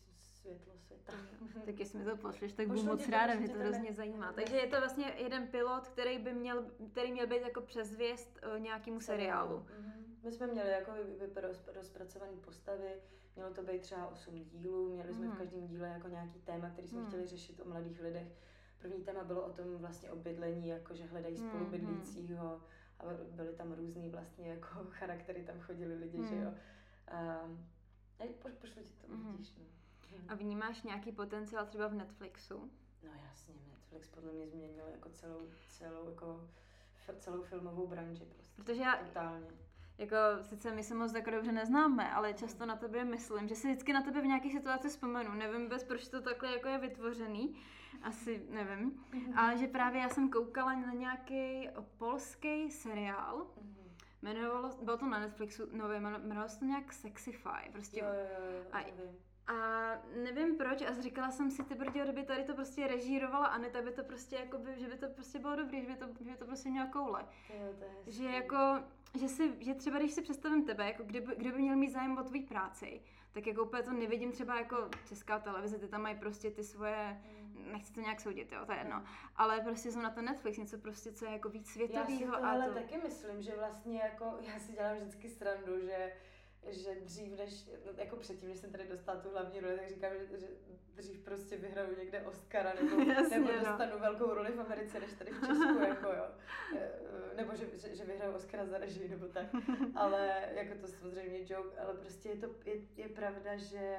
Světlo světa. Tak jestli mi to pošleš, tak budu Pošlu moc ti to, ráda, pošlu mě ti to to, hrozně ne- zajímá. ne- Takže je to vlastně jeden pilot, který by měl, který měl být jako předzvěst uh, nějakému seriálu. Mhm. My jsme měli jako vy- vy- roz- rozpracované postavy, mělo to být třeba osm dílů, měli jsme Mhm. v každém díle jako nějaký téma, který jsme Mhm. chtěli řešit o mladých lidech. První téma bylo o tom vlastně o bydlení, jako že hledají Mhm. spolubydlícího a byly tam různý vlastně jako charaktery, tam chodili lidi, Mhm. že jo. Um, a po, pošlu ti to, Mhm. vidíš, no. A vnímáš nějaký potenciál třeba v Netflixu? No jasně, Netflix podle mě změnil jako celou, celou, jako, f- celou filmovou branži prostě. Protože já, Totálně. jako sice my se moc tak dobře neznáme, ale často na tebe myslím, že si vždycky na tebe v nějaké situaci vzpomenu. Nevím vůbec, proč to takhle jako je vytvořený, asi nevím. Ale že právě já jsem koukala na nějaký polský seriál, Mhm. jmenovalo, bylo to na Netflixu, nový, jmenovalo se to nějak Sexify, prostě. Jo, jo, jo, A- to vím. A nevím proč, a říkala jsem si, ty brďo, kdyby tady to prostě režírovala Aneta, by to prostě jako by, že by to prostě bylo dobrý, že by to, že by to prostě mělo koule. Jo, to je hezký. Že jako, že si, že třeba když si představím tebe, jako kdyby, kdyby měl mít zájem o tvý práci, tak jako úplně to nevidím třeba jako česká televize, ty tam mají prostě ty svoje, Mm. nechci to nějak soudit, jo, to je jedno, Mm. ale prostě jsou na ten Netflix něco prostě, co je jako víc Já si světovýho to a ale to... taky myslím, že vlastně jako, já si dělám vždycky srandu, že že dřív než, no, jako předtím, než jsem tady dostala tu hlavní roli, tak říkám, že, že dřív prostě vyhraju někde Oscara, nebo, Jasně, nebo no. dostanu velkou roli v Americe, než tady v Česku, jako jo. E, Nebo že, že, že vyhraju Oscara za režii, nebo tak. Ale jako to samozřejmě joke, ale prostě je to, je, je pravda, že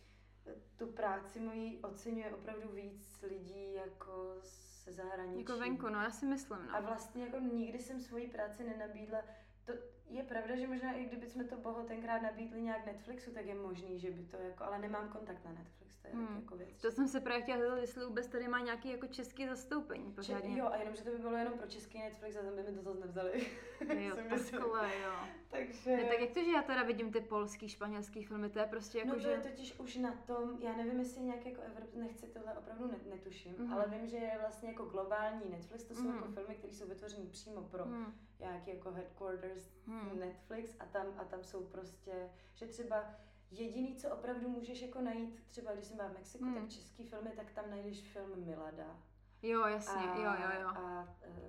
tu práci moji oceňuje opravdu víc lidí jako se zahraničí. Jako venku, no já si myslím, no. A vlastně jako nikdy jsem svoji práci nenabídla. To je pravda, že možná i kdyby jsme to boho tenkrát nabídli nějak Netflixu, tak je možný, že by to jako, ale nemám kontakt na Netflix, to je Hmm. jako věc. To jsem se právě chtěla zeptat, jestli vůbec tady má nějaký jako český zastoupení Že, pořádně. jo, a jenom, že to by bylo jenom pro český Netflix a tam by mi to zase nevzali. Jo, Si myslím. takhle, jo. Takže... No, tak jak to, že já teda vidím ty polský, španělský filmy, to je prostě jako, No to že... je totiž už na tom, já nevím, jestli nějak jako Evrop, nechci tohle opravdu net, netuším, Mhm. ale vím, že je vlastně jako globální Netflix, to jsou Mhm. jako filmy, které jsou vytvořeny přímo pro Hmm. nějaký jako headquarters Hmm. Netflix a tam, a tam jsou prostě, že třeba jediný, co opravdu můžeš jako najít, třeba když jsem byla v Mexiku, Hmm. tak český filmy, tak tam najdeš film Milada. Jo, jasně, a, jo, jo, jo. A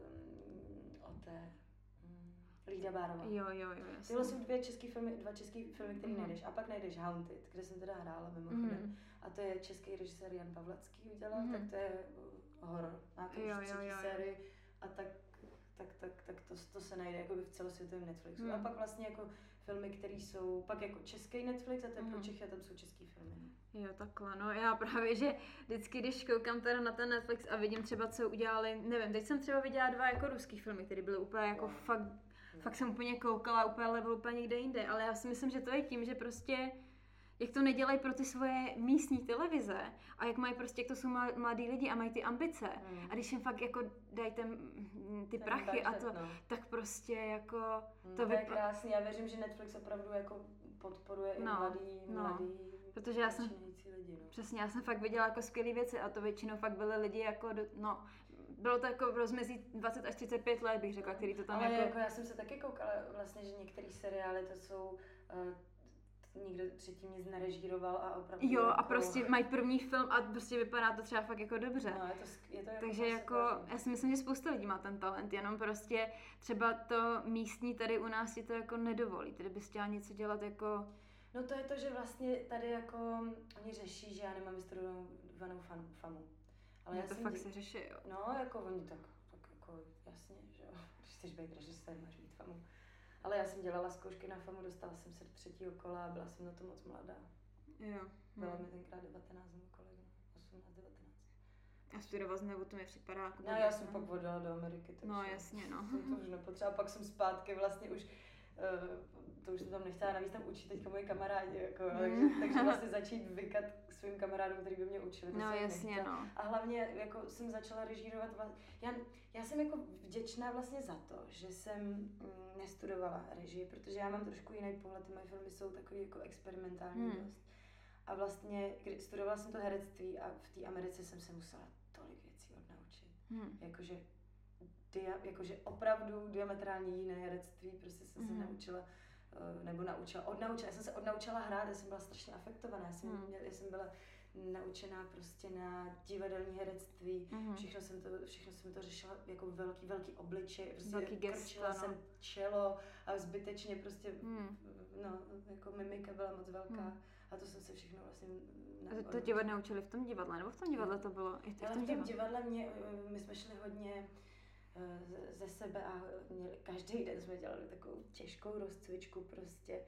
um, o té um, Lída Bárová. Jo, jo, jo, jasně. Tyhle jsou dvě český filmy, dva český filmy, které Mhm. najdeš. A pak najdeš Haunted, kde jsem teda hrála mimochodem. Mhm. A to je český režisér Jan Pavlacký udělal, Mhm. tak to je uh, horor. Má to Jo, už jo, třetí jo, jo. sérii a tak, tak, tak, tak to, to se najde jakoby v celosvětovém Netflixu. Mhm. A pak vlastně jako filmy, které jsou pak jako český Netflix a to je pro Mhm. Čechy a tam jsou český filmy. Jo, takhle, no já právě, že vždycky, když koukám teda na ten Netflix a vidím třeba, co udělali, nevím, teď jsem třeba viděla dva jako ruský filmy, které byly úplně jako Wow. fakt, fakt jsem úplně koukala, úplně level úplně někde jinde, ale já si myslím, že to je tím, že prostě jak to nedělají pro ty svoje místní televize a jak mají prostě, jak to jsou mla- mladí lidi a mají ty ambice Mm. a když jim fakt jako dají ten, ty Ten prachy a budget, to, no. tak prostě jako Mm, to to je vypa- krásný, já věřím, že Netflix opravdu jako podporuje i No, mladý, no. mladý Protože já jsem- začínající lidi. No. Přesně, já jsem fakt viděla jako skvělé věci a to většinou fakt byly lidi jako, do, no, bylo to jako v rozmezí dvacet až třicet pět let, bych řekla, který to tam Ale jako... jako já jsem se taky koukala vlastně, že některé seriály to jsou, uh, nikdo předtím nic nerežíroval a opravdu Jo, jako, a prostě mají první film a prostě vypadá to třeba fakt jako dobře. No, je to, sk- je to jako Takže fakt jako, super. já si myslím, že spousta lidí má ten talent, jenom prostě třeba to místní tady u nás ti to jako nedovolí, tedy bys chtěla něco dělat jako... No to je to, že vlastně tady jako oni řeší, že já nemám vystudovanou fan, famu. Ale No já to jsem fakt dě- se řeší, jo. No, jako oni tak, tak jako jasně, že jo, když chceš být režisér, máš mít famu. Ale já jsem dělala zkoušky na famu, dostala jsem se do třetího kola a byla jsem na to moc mladá. Jo. Bylo Hm. mi tenkrát devatenáct nebo kolik, no, osmnáct, devatenáct. A studovat znovu, to mi připadá jako... No, já jsem pak odjela do Ameriky, takže No jasně, no. to, to už nepotřeba. Pak jsem zpátky vlastně už, uh, to už jsem tam nechtěla, navíc tam učí teďka moji kamarádi, jako, Mm. takže, takže vlastně začít vykat svým kamarádům, který by mě učili. To No jsem jasně, nechtěla. no. A hlavně jako jsem začala režírovat, vla- já, já jsem jako vděčná vlastně za to, že jsem mm, nestudovala režii, protože já mám trošku jiný pohled, ty moje filmy jsou takový jako experimentální Hmm. dost. A vlastně, kdy studovala jsem to herectví a v té Americe jsem se musela tolik věcí odnaučit. Hm. Jakože, dia, jakože opravdu diametrálně jiné herectví, prostě jsem se Mhm. naučila, eh, nebo naučila, odnaučila, já jsem se odnaučila hrát, já jsem byla strašně afektovaná, já jsem, Hmm. měla, já jsem byla naučená prostě na divadelní herectví, mm-hmm. všechno jsem to, všechno jsem to řešila jako velký, velký obličej, prostě velký gesta, no. jsem čelo a zbytečně prostě, mm. no, jako mimika byla moc velká mm. a to jsem se všechno vlastně... A to tě naučili v tom divadle, nebo v tom divadle to bylo? I v tom, v tom divadle mě, my jsme šli hodně ze sebe a měli, každý den jsme dělali takovou těžkou rozcvičku prostě,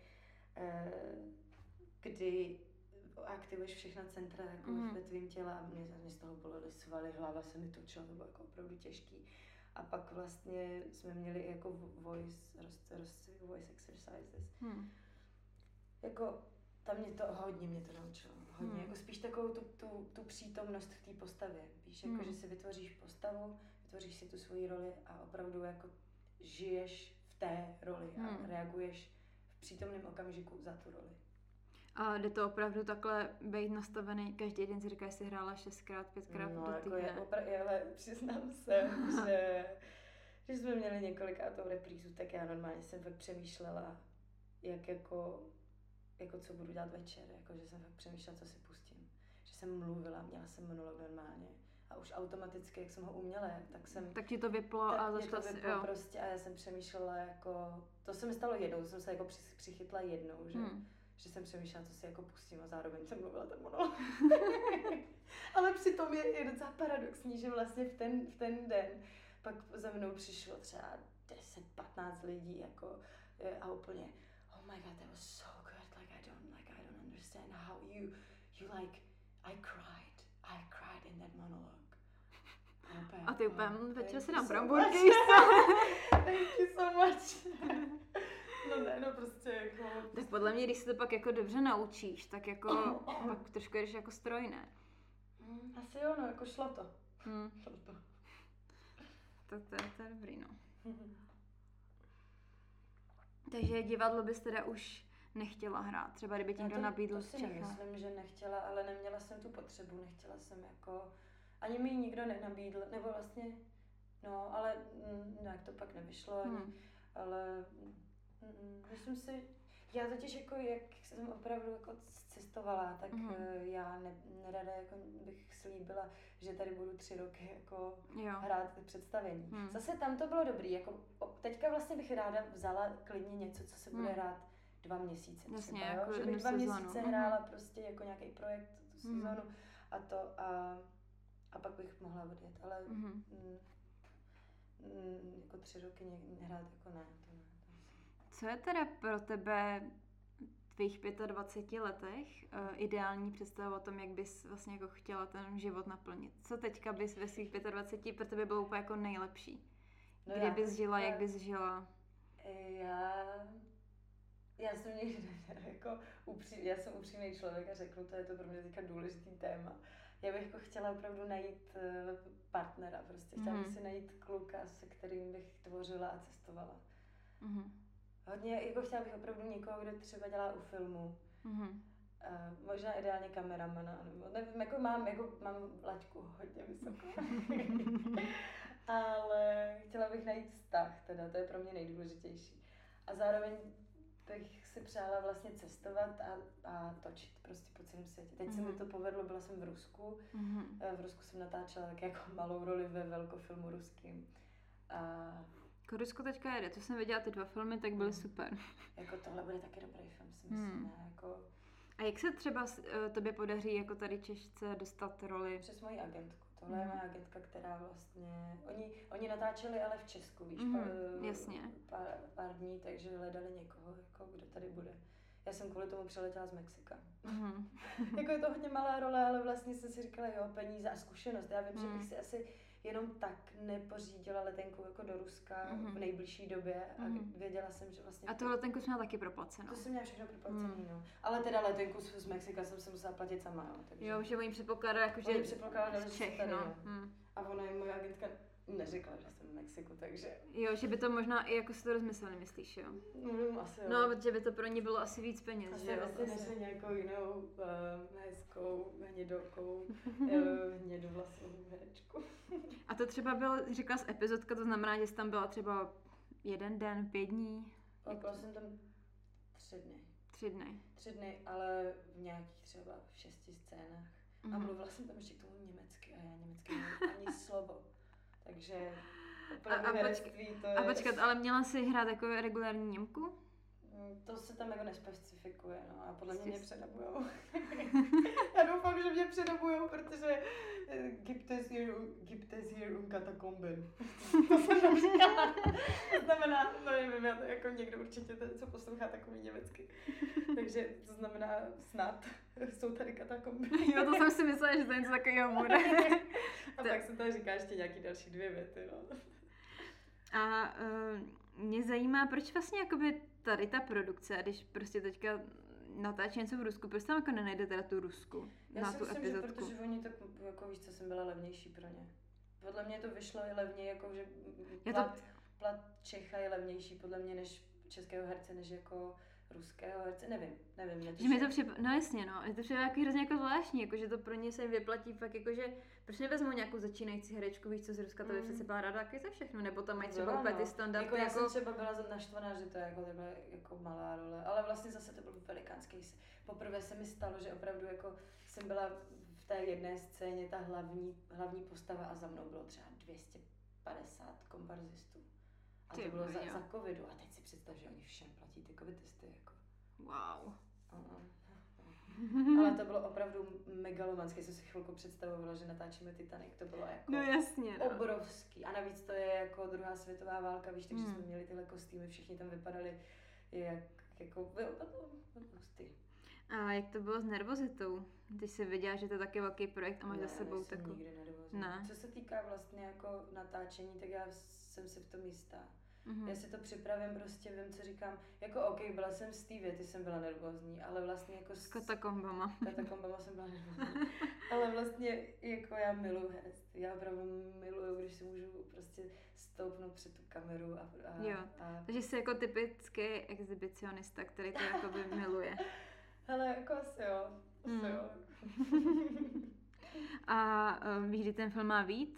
kdy aktivuješ všechna centra jako mm. ve tvým těle a mě, mě z toho bolely svaly, hlava se mi točila, to bylo jako opravdu těžký. A pak vlastně jsme měli jako voice, roz, roz, voice exercises. Mm. Jako tam mě to, hodně mě to naučilo, hodně, mm. jako spíš takovou tu, tu, tu přítomnost v té postavě, víš, jako mm. že si vytvoříš postavu, vytvoříš si tu svoji roli a opravdu jako žiješ v té roli a mm. reaguješ v přítomném okamžiku za tu roli. A jde to opravdu takhle být nastavený, každý den si říká, že jsi hrála šestkrát, pětkrát no, do jako týdne. Je opra- ale přiznám se, že když jsme měli několikátou reprízu, tak já normálně jsem fakt přemýšlela, jak jako, jako co budu dělat večer, jako že jsem fakt přemýšlela, co si pustím. Že jsem mluvila, měla jsem monolog normálně a už automaticky, jak jsem ho uměla, tak jsem... Tak ti to vyplo tak a začala si... si, vyplo prostě a já jsem přemýšlela jako... To se mi stalo jednou, to jsem se jako přichytla jednou, že... Hmm. že jsem přemýšlela, co si jako pustím a zároveň jsem mluvila ten monolog. Ale přitom je, je docela paradoxní, že vlastně v ten, v ten den pak za mnou přišlo třeba deset patnáct lidí jako a úplně oh my god, that was so good, like I don't, like I don't understand how you, you like, I cried, I cried in that monologue. A, a ty úplně, oh, večer si dám bramburky. Thank you so much. No ne, no prostě jako... Tak podle mě, když se to pak jako dobře naučíš, tak jako pak trošku jdeš jako stroj, ne? Mm, asi jo, no, jako šlo to. Hmm. Šlo to. To, to, je, to je dobrý, no. Takže divadlo bys teda už nechtěla hrát, třeba kdyby ti někdo nabídl z Čech. To si myslím, že nechtěla, ale neměla jsem tu potřebu, nechtěla jsem jako... Ani mi nikdo nenabídl, nebo vlastně... No, ale nějak to pak nevyšlo ani, hmm. ale... Mm, myslím si, já totiž jako, jak jsem opravdu jako cestovala, tak mm. já ne, nerada jako bych slíbila, že tady budu tři roky jako jo. hrát představení. Mm. Zase tam to bylo dobrý, jako teďka vlastně bych ráda vzala klidně něco, co se bude mm. hrát dva měsíce Jasně, třeba, jako jo? Že bych dva sezónu. měsíce hrála mm. prostě jako nějaký projekt, tu sezónu mm. a to a, a pak bych mohla odjet, ale mm. Mm, mm, jako tři roky hrát jako ne, to ne. Co je teda pro tebe v tvých dvaceti pěti letech uh, ideální představa o tom, jak bys vlastně jako chtěla ten život naplnit? Co teďka bys ve svých dvaceti pěti pro tebe bylo úplně jako nejlepší? No Kdy já, bys žila, já, jak bys žila? Já, já jsem někdy jako upří, já jsem upřímný člověk a řeknu, to je to pro mě teďka důležitý téma. Já bych jako chtěla opravdu najít uh, partnera, prostě chtěla mm. bych si najít kluka, se kterým bych tvořila a cestovala. Mm. Hodně, jako chtěla bych opravdu někoho, kdo třeba dělá u filmu. Mm-hmm. Uh, možná ideálně kameramana, nebo nevím, jako mám, jako mám laťku hodně vysokou. Ale chtěla bych najít vztah, teda, to je pro mě nejdůležitější. A zároveň bych si přála vlastně cestovat a, a točit prostě po celém světě. Teď mm-hmm. se mi to povedlo, byla jsem v Rusku. Mm-hmm. V Rusku jsem natáčela tak jako malou roli ve velkofilmu ruským. A Jako Rusko teďka jede, to jsem viděla ty dva filmy, tak byly super. Jako tohle bude taky dobrý film, si myslím, hmm. ne? Jako... A jak se třeba tobě podaří jako tady Češce dostat roli? Přes moji agentku. Tohle hmm. je moje agentka, která vlastně... Oni, oni natáčeli ale v Česku, víš, hmm. pár, Jasně. Pár, pár dní, takže hledali někoho, jako, kdo tady bude. Já jsem kvůli tomu přiletěla z Mexika. Mm. Jako je to hodně malá role, ale vlastně jsem si říkala, jo, peníze a zkušenost. Já vím, mm. že bych si asi jenom tak nepořídila letenku jako do Ruska mm. v nejbližší době a mm. věděla jsem, že vlastně... A tu letenku jsem měla taky proplacenou. To jsem měla všechno proplacený, mm. no. Ale teda letenku z, z Mexika jsem se musela platit sama, jo. Takže... Jo, že oni předpokládají, jako, že oni předpokládali, z Čech, tady, no. Mm. A ona je moje agentka neřekla, že jsem v Mexiku, takže... Jo, že by to možná i jako si to rozmysleli, myslíš, jo? No, asi jo. No, protože by to pro ní bylo asi víc peněz, asi že jo? Asi než nějakou jinou uh, hezkou, hnědokou, uh, hnědovlasovou herečku. A to třeba byl, říkala jsi epizodka, to znamená, že jsi tam byla třeba jeden den, pět dní? Byla jsem tam tři dny. Tři dny. Tři dny, ale v nějakých třeba v šesti scénách. Mm. A mluvila jsem tam ještě k tomu německy a já německy nemám ani slovo. Takže opravdu a, a, herectví to je... A počkat, ale měla jsi hrát jako regulární Němku? To se tam jako nespecifikuje, no a podle mě mě předabujou. Já doufám, že mě předabujou, protože gibt es hier, gibt es hier um Katakomben. To jsem tam říkala. To znamená, no nevím, já to jako někdo určitě, ten, co poslouchá takový německy. Takže to znamená snad, jsou tady katakomby. Jo, to jsem si myslela, že to něco takového bude. A pak se tady říká ještě nějaký další dvě věty, no. A uh, mě zajímá, proč vlastně jakoby tady ta produkce, když prostě teďka natáčí něco v Rusku, proč tam jako nenajde teda tu Rusku Já na si tu myslím, epizodku? Že protože oni tak, jako víš co, jsem byla levnější pro ně. Podle mě to vyšlo i levně, jako že plat, to... plat Čecha je levnější podle mě než českého herce, než jako ruského herce, nevím, nevím. Že mi to přip... No jasně, no, je to přijde jako hrozně jako zvláštní, jako že to pro ně se vyplatí fakt jako, že proč nevezmou nějakou začínající herečku, víš co, z Ruska, to by mm. přece byla ráda taky za všechno, nebo tam mají třeba úplně ty standardy. Jako já jako... jsem třeba byla naštvaná, že to je jako takhle jako malá role, ale vlastně zase to byl velikánský. Poprvé se mi stalo, že opravdu jako jsem byla v té jedné scéně ta hlavní, hlavní postava a za mnou bylo třeba dvě stě padesát komparzistů. A to ty bylo za, za covidu. A teď si představ, že oni všem platí ty covid testy. Jako. Wow. Uh-uh. Ale to bylo opravdu megalomanské. Jsem si chvilku představovala, že natáčíme Titanic. To bylo jako no jasně, no. obrovský. A navíc to je jako druhá světová válka, víš, takže hmm. jsme měli tyhle kostýmy, všichni tam vypadali jak, jako hustý. A jak to bylo s nervozitou? Ty jsi viděla, že to je taky velký projekt a máš ne, za sebou takovou... nikdy nervózní. Co se týká vlastně jako natáčení, tak já jsem si v tom jistá. Mm-hmm. Já si to připravím, prostě vím, co říkám. Jako OK, byla jsem z té věty, jsem byla nervózní, ale vlastně jako... S katakombama. Katakombama jsem byla nervózní. Ale vlastně jako já miluji herectví. Já opravdu miluju, když si můžu prostě stoupnout před tu kameru a... a jo, a... takže jsi jako typický exhibicionista, který to jakoby miluje. Hele, jako asi jo. Asi mm. jo. A um, víš, kdy ten film má vyjít?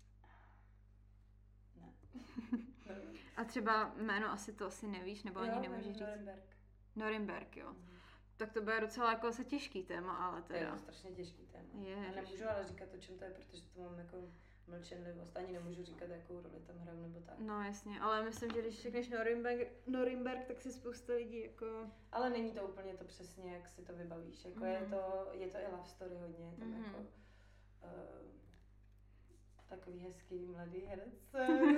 Ne. A třeba jméno asi to asi nevíš, nebo jo, ani nemůžeš říct? Norimberg. Norimberg, jo. Mm. Tak to bude docela jako se těžký téma, ale teda. Je to strašně těžký téma. Je, Já nemůžu ale říkat, o čem to je, protože to mám jako mlčenlivost. Ani nemůžu říkat, jakou roli tam hraju nebo tak. No jasně, ale myslím, že když řekneš Norimberg, Norimberg, tak si spousta lidí jako... Ale není to úplně to přesně, jak si to vybavíš. Jako mm. je, to, je to i love story hodně. Tam mm. jako uh, takový hezký mladý herec.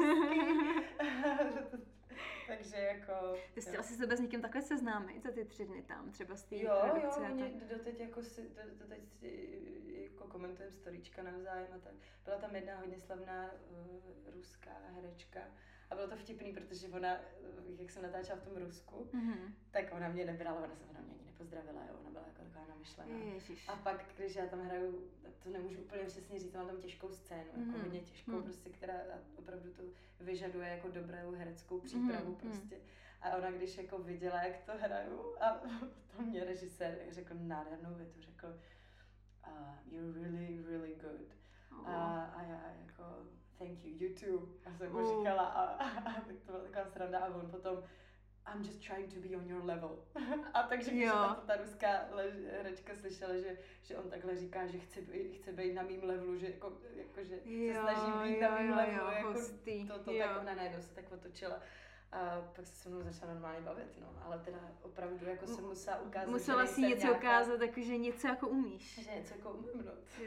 Takže jako... Ty jsi chtěla si sebe s někým takhle seznámit za ty tři dny tam, třeba z té Jo, produkce jo, mě doteď jako si, do, doteď si jako komentujeme storíčka navzájem a tak. Byla tam jedna hodně slavná uh, ruská herečka a bylo to vtipný, protože ona, jak jsem natáčela v tom Rusku, mm-hmm. tak ona mě nebrala, ona se ona mě ani nepozdravila, jo, ona byla jako taková namyšlená. Ježiš. A pak, když já tam hraju, to nemůžu úplně přesně říct, mám tam těžkou scénu, mm-hmm. jako hodně těžkou, mm-hmm. prostě, která opravdu to vyžaduje jako dobrou hereckou přípravu mm-hmm. prostě. A ona, když jako viděla, jak to hraju, a to mě režisér řekl nádhernou větu, řekl uh, you're really, really good. Oh. A, a já jako thank you, you too. A jsem mu oh. říkala a, a, a tak to byla taková sranda a on potom I'm just trying to be on your level. A takže když ta, ta ruská lež, herečka slyšela, že, že on takhle říká, že chce být, chce být na mým levelu, že, jako, jako, že jo, se snaží být jo, na mým jo, levelu, jo, jako to, to tak ona najednou se tak otočila. A pak se se mnou začala normálně bavit, no, ale teda opravdu jako jsem musela ukázat, musela že si něco nějaká... ukázat, jakože něco jako umíš. Že něco jako umím, no.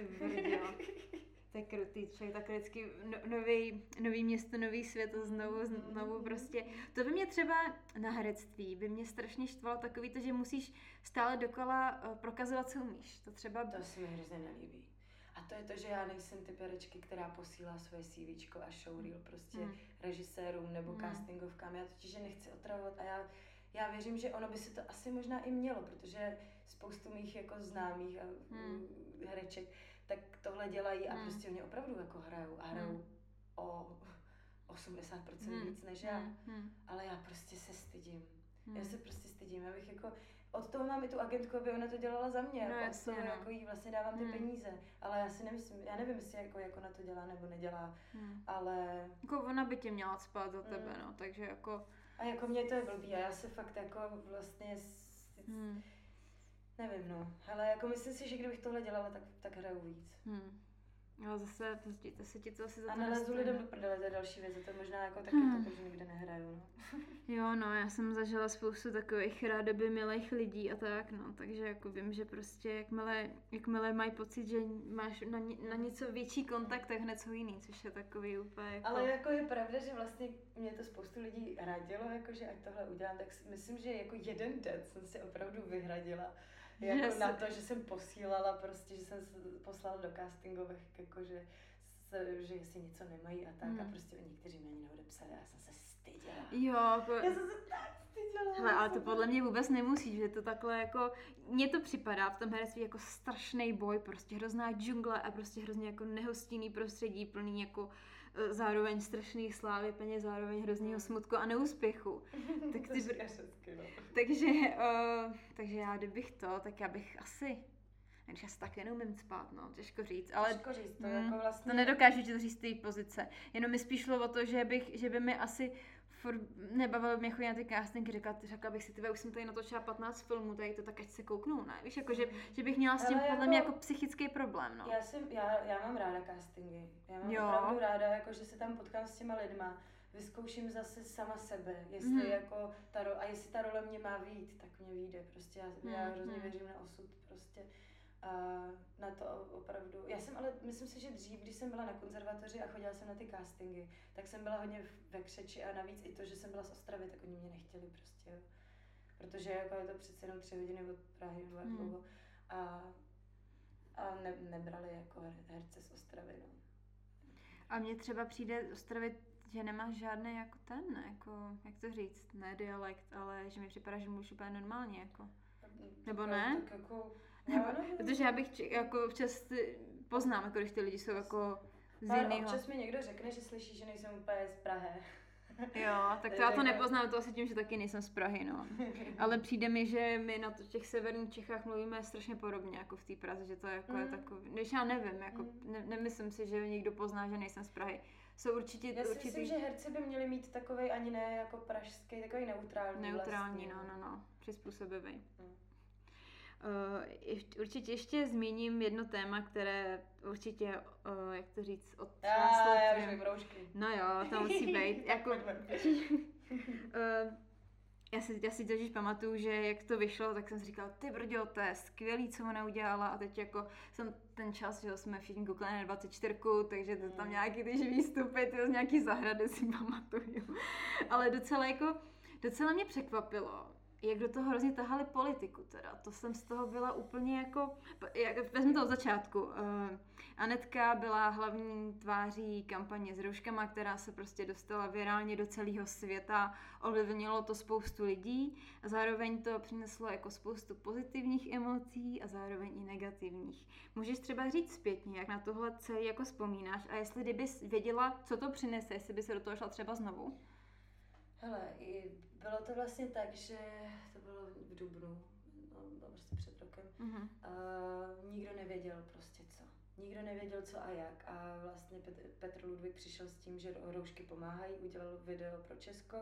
To je krutý, člověk tak vždycky no, nový, nový město, nový svět a znovu, znovu prostě. To by mě třeba na herectví, by mě strašně štvalo takový to, že musíš stále dokola prokazovat, co umíš. To třeba... To se mi hrozně nelíbí. A to je to, že já nejsem typ herečky, která posílá svoje CVčko a showreel prostě hmm. režisérům nebo hmm. castingovkám. Já totiž že nechci otravovat a já, já věřím, že ono by se to asi možná i mělo, protože spoustu mých jako známých a hmm. hereček tak tohle dělají a hmm. prostě oni opravdu jako hrajou a hrajou hmm. o osmdesát procent hmm. víc než já. Hmm. Ale já prostě se stydím. Hmm. Já se prostě stydím, já bych jako od toho mám i tu agentku, aby ona to dělala za mě, no, jako jasně, od toho, no. jako jí vlastně dávám ty hmm. peníze, ale já si nemyslím, já nevím, jestli jako, jak ona to dělá nebo nedělá, hmm. ale... Jako ona by tě měla spát za tebe, hmm. no, takže jako... A jako mě to je blbý a já se fakt jako vlastně, hmm. nevím, nevím, no. Hele, jako myslím si, že kdybych tohle dělala, tak, tak hraju víc. Hmm. Ale zase, to se ti to asi za to a nalezu lidem do prdele, to je další věc, to je možná jako taky hmm. to, že nikde nehraju, no. Jo, no, já jsem zažila spoustu takových rádoby milých lidí a tak, no, takže jako vím, že prostě jakmile, jakmile mají pocit, že máš na, na něco větší kontakt, tak hned jsou jiný, což je takový úplně jako... Ale jako je pravda, že vlastně mě to spoustu lidí radilo, jako že ať tohle udělám, tak si myslím, že jako jeden den jsem si opravdu vyhradila. Jako že na to, že jsem posílala prostě, že jsem poslala do castingových, jakože že jestli něco nemají a tak hmm. a prostě někteří mě ani neodepsali a já jsem se styděla. Jo, jako... Já jsem se tak styděla. Hele, ale to podle mě vůbec nemusí, že to takhle jako, mně to připadá v tom herectví jako strašný boj, prostě hrozná džungle a prostě hrozně jako nehostinný prostředí, plný jako zároveň strašných slávy, peněz, zároveň hrozného smutku a neúspěchu. Tak ty... no. takže, uh, takže já kdybych to, tak já bych asi... Když já se taky neumím spát, no, těžko říct. Ale těžko říct, to mm, jako vlastně... To nedokážu ti to říct z té pozice. Jenom mi spíš šlo o to, že, bych, že by mi asi furt nebavilo mě chodit na ty castingy, řekla, řekla bych si, tyve, už jsem tady natočila patnáct filmů, tady to tak ať se kouknou, ne? Víš, jako, že, že bych měla s tím podle jako, mě jako psychický problém, no. Já, jsem, já, já mám ráda castingy. Já mám jo. opravdu ráda, jako, že se tam potkám s těma lidma, vyzkouším zase sama sebe, jestli mm. jako ta ro- a jestli ta role mě má vyjít, tak mě vyjde, prostě já, mm. já hrozně mm. věřím na osud, prostě. A na to opravdu, já jsem ale, myslím si, že dřív, když jsem byla na konzervatoři a chodila jsem na ty castingy, tak jsem byla hodně ve křeči a navíc i to, že jsem byla z Ostravy, tak oni mě nechtěli prostě, jo. Protože jako je to přece jenom tři hodiny od Prahy nebo jak dlouho a, a ne, nebrali jako herce z Ostravy, no. A mně třeba přijde z Ostravy, že nemáš žádný jako ten, jako, jak to říct, ne dialekt, ale že mi připadá, že mluvíš úplně normálně, jako. Nebo tak, ne? Tak jako... Nebo, protože já bych či, jako včas poznám, jako když ty lidi jsou jako z jinýho. Občas mi někdo řekne, že slyší, že nejsem úplně z Prahy. Jo, tak to já to nepoznám, to asi tím, že taky nejsem z Prahy, no. Ale přijde mi, že my na těch severních Čechách mluvíme strašně podobně, jako v té Praze, že to jako mm. je takový, když já nevím, jako mm. ne, nemyslím si, že někdo pozná, že nejsem z Prahy. Jsou určitě, já si určitě... myslím, že herci by měli mít takovej ani ne jako pražský, takový neutrální Neutrální, vlastně. no, no, no, přizpůsobivý. Mm. Uh, určitě ještě zmíním jedno téma, které určitě, uh, jak to říct, otřáslo. Já, já už mým roušky. No jo, to musí být. jako, uh, já si, já si totiž pamatuju, že jak to vyšlo, tak jsem si říkala, ty brďo, to je skvělý, co ona udělala a teď jako jsem ten čas, že jsme všichni koukali na dvacet čtyři, takže to tam nějaký ty výstupy, ty z nějaký zahrady si pamatuju. Ale docela jako, docela mě překvapilo, jak do toho hrozně tahali politiku teda. To jsem z toho byla úplně jako... Jak, vezmu to od začátku. Uh, Anetka byla hlavní tváří kampaně s rouškama, která se prostě dostala virálně do celého světa. Ovlivnilo to spoustu lidí a zároveň to přineslo jako spoustu pozitivních emocí a zároveň i negativních. Můžeš třeba říct zpětně, jak na tohle celý jako vzpomínáš a jestli kdybys věděla, co to přinese, jestli by se do toho šla třeba znovu? Hele, bylo to vlastně tak, že to bylo v dubnu, no, prostě před rokem, mm-hmm. a nikdo nevěděl prostě co. Nikdo nevěděl co a jak a vlastně Petr Ludvík přišel s tím, že roušky pomáhají, udělal video pro Česko.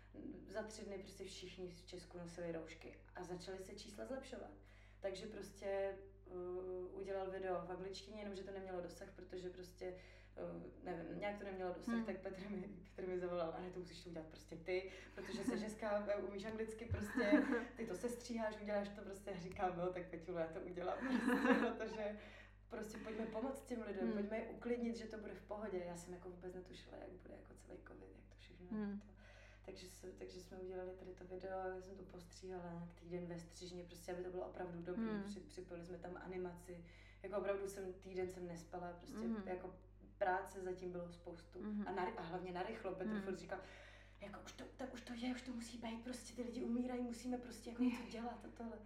Za tři dny prostě všichni v Česku nosili roušky a začaly se čísla zlepšovat. Takže prostě uh, udělal video v angličtině, jenomže to nemělo dosah, protože prostě nevím, nějak to nemělo dosah, hmm. tak Petr mi, Petr mi zavolal, ale to musíš to udělat prostě ty, protože jsi ženská, umíš anglicky prostě, ty to sestříháš, uděláš to prostě a říkám, no tak Peťulo, já to udělám prostě, protože prostě pojďme pomoct těm lidem, hmm. pojďme je uklidnit, že to bude v pohodě. Já jsem jako vůbec netušila, jak bude jako celý covid, jak to všechno hmm. to. Takže, se, takže jsme udělali tady to video, já jsem to postříhala nějak týden ve střižně, prostě aby to bylo opravdu dobrý, hmm. Při, připojili jsme tam animaci, jako opravdu jsem týden jsem nespala, prostě hmm. jako práce zatím bylo spoustu mm-hmm. a, na, a hlavně narychlo. Petr mm. furt říkal, jako už to, tak už to je, už to musí být, prostě ty lidi umírají, musíme prostě jako něco dělat a tohle.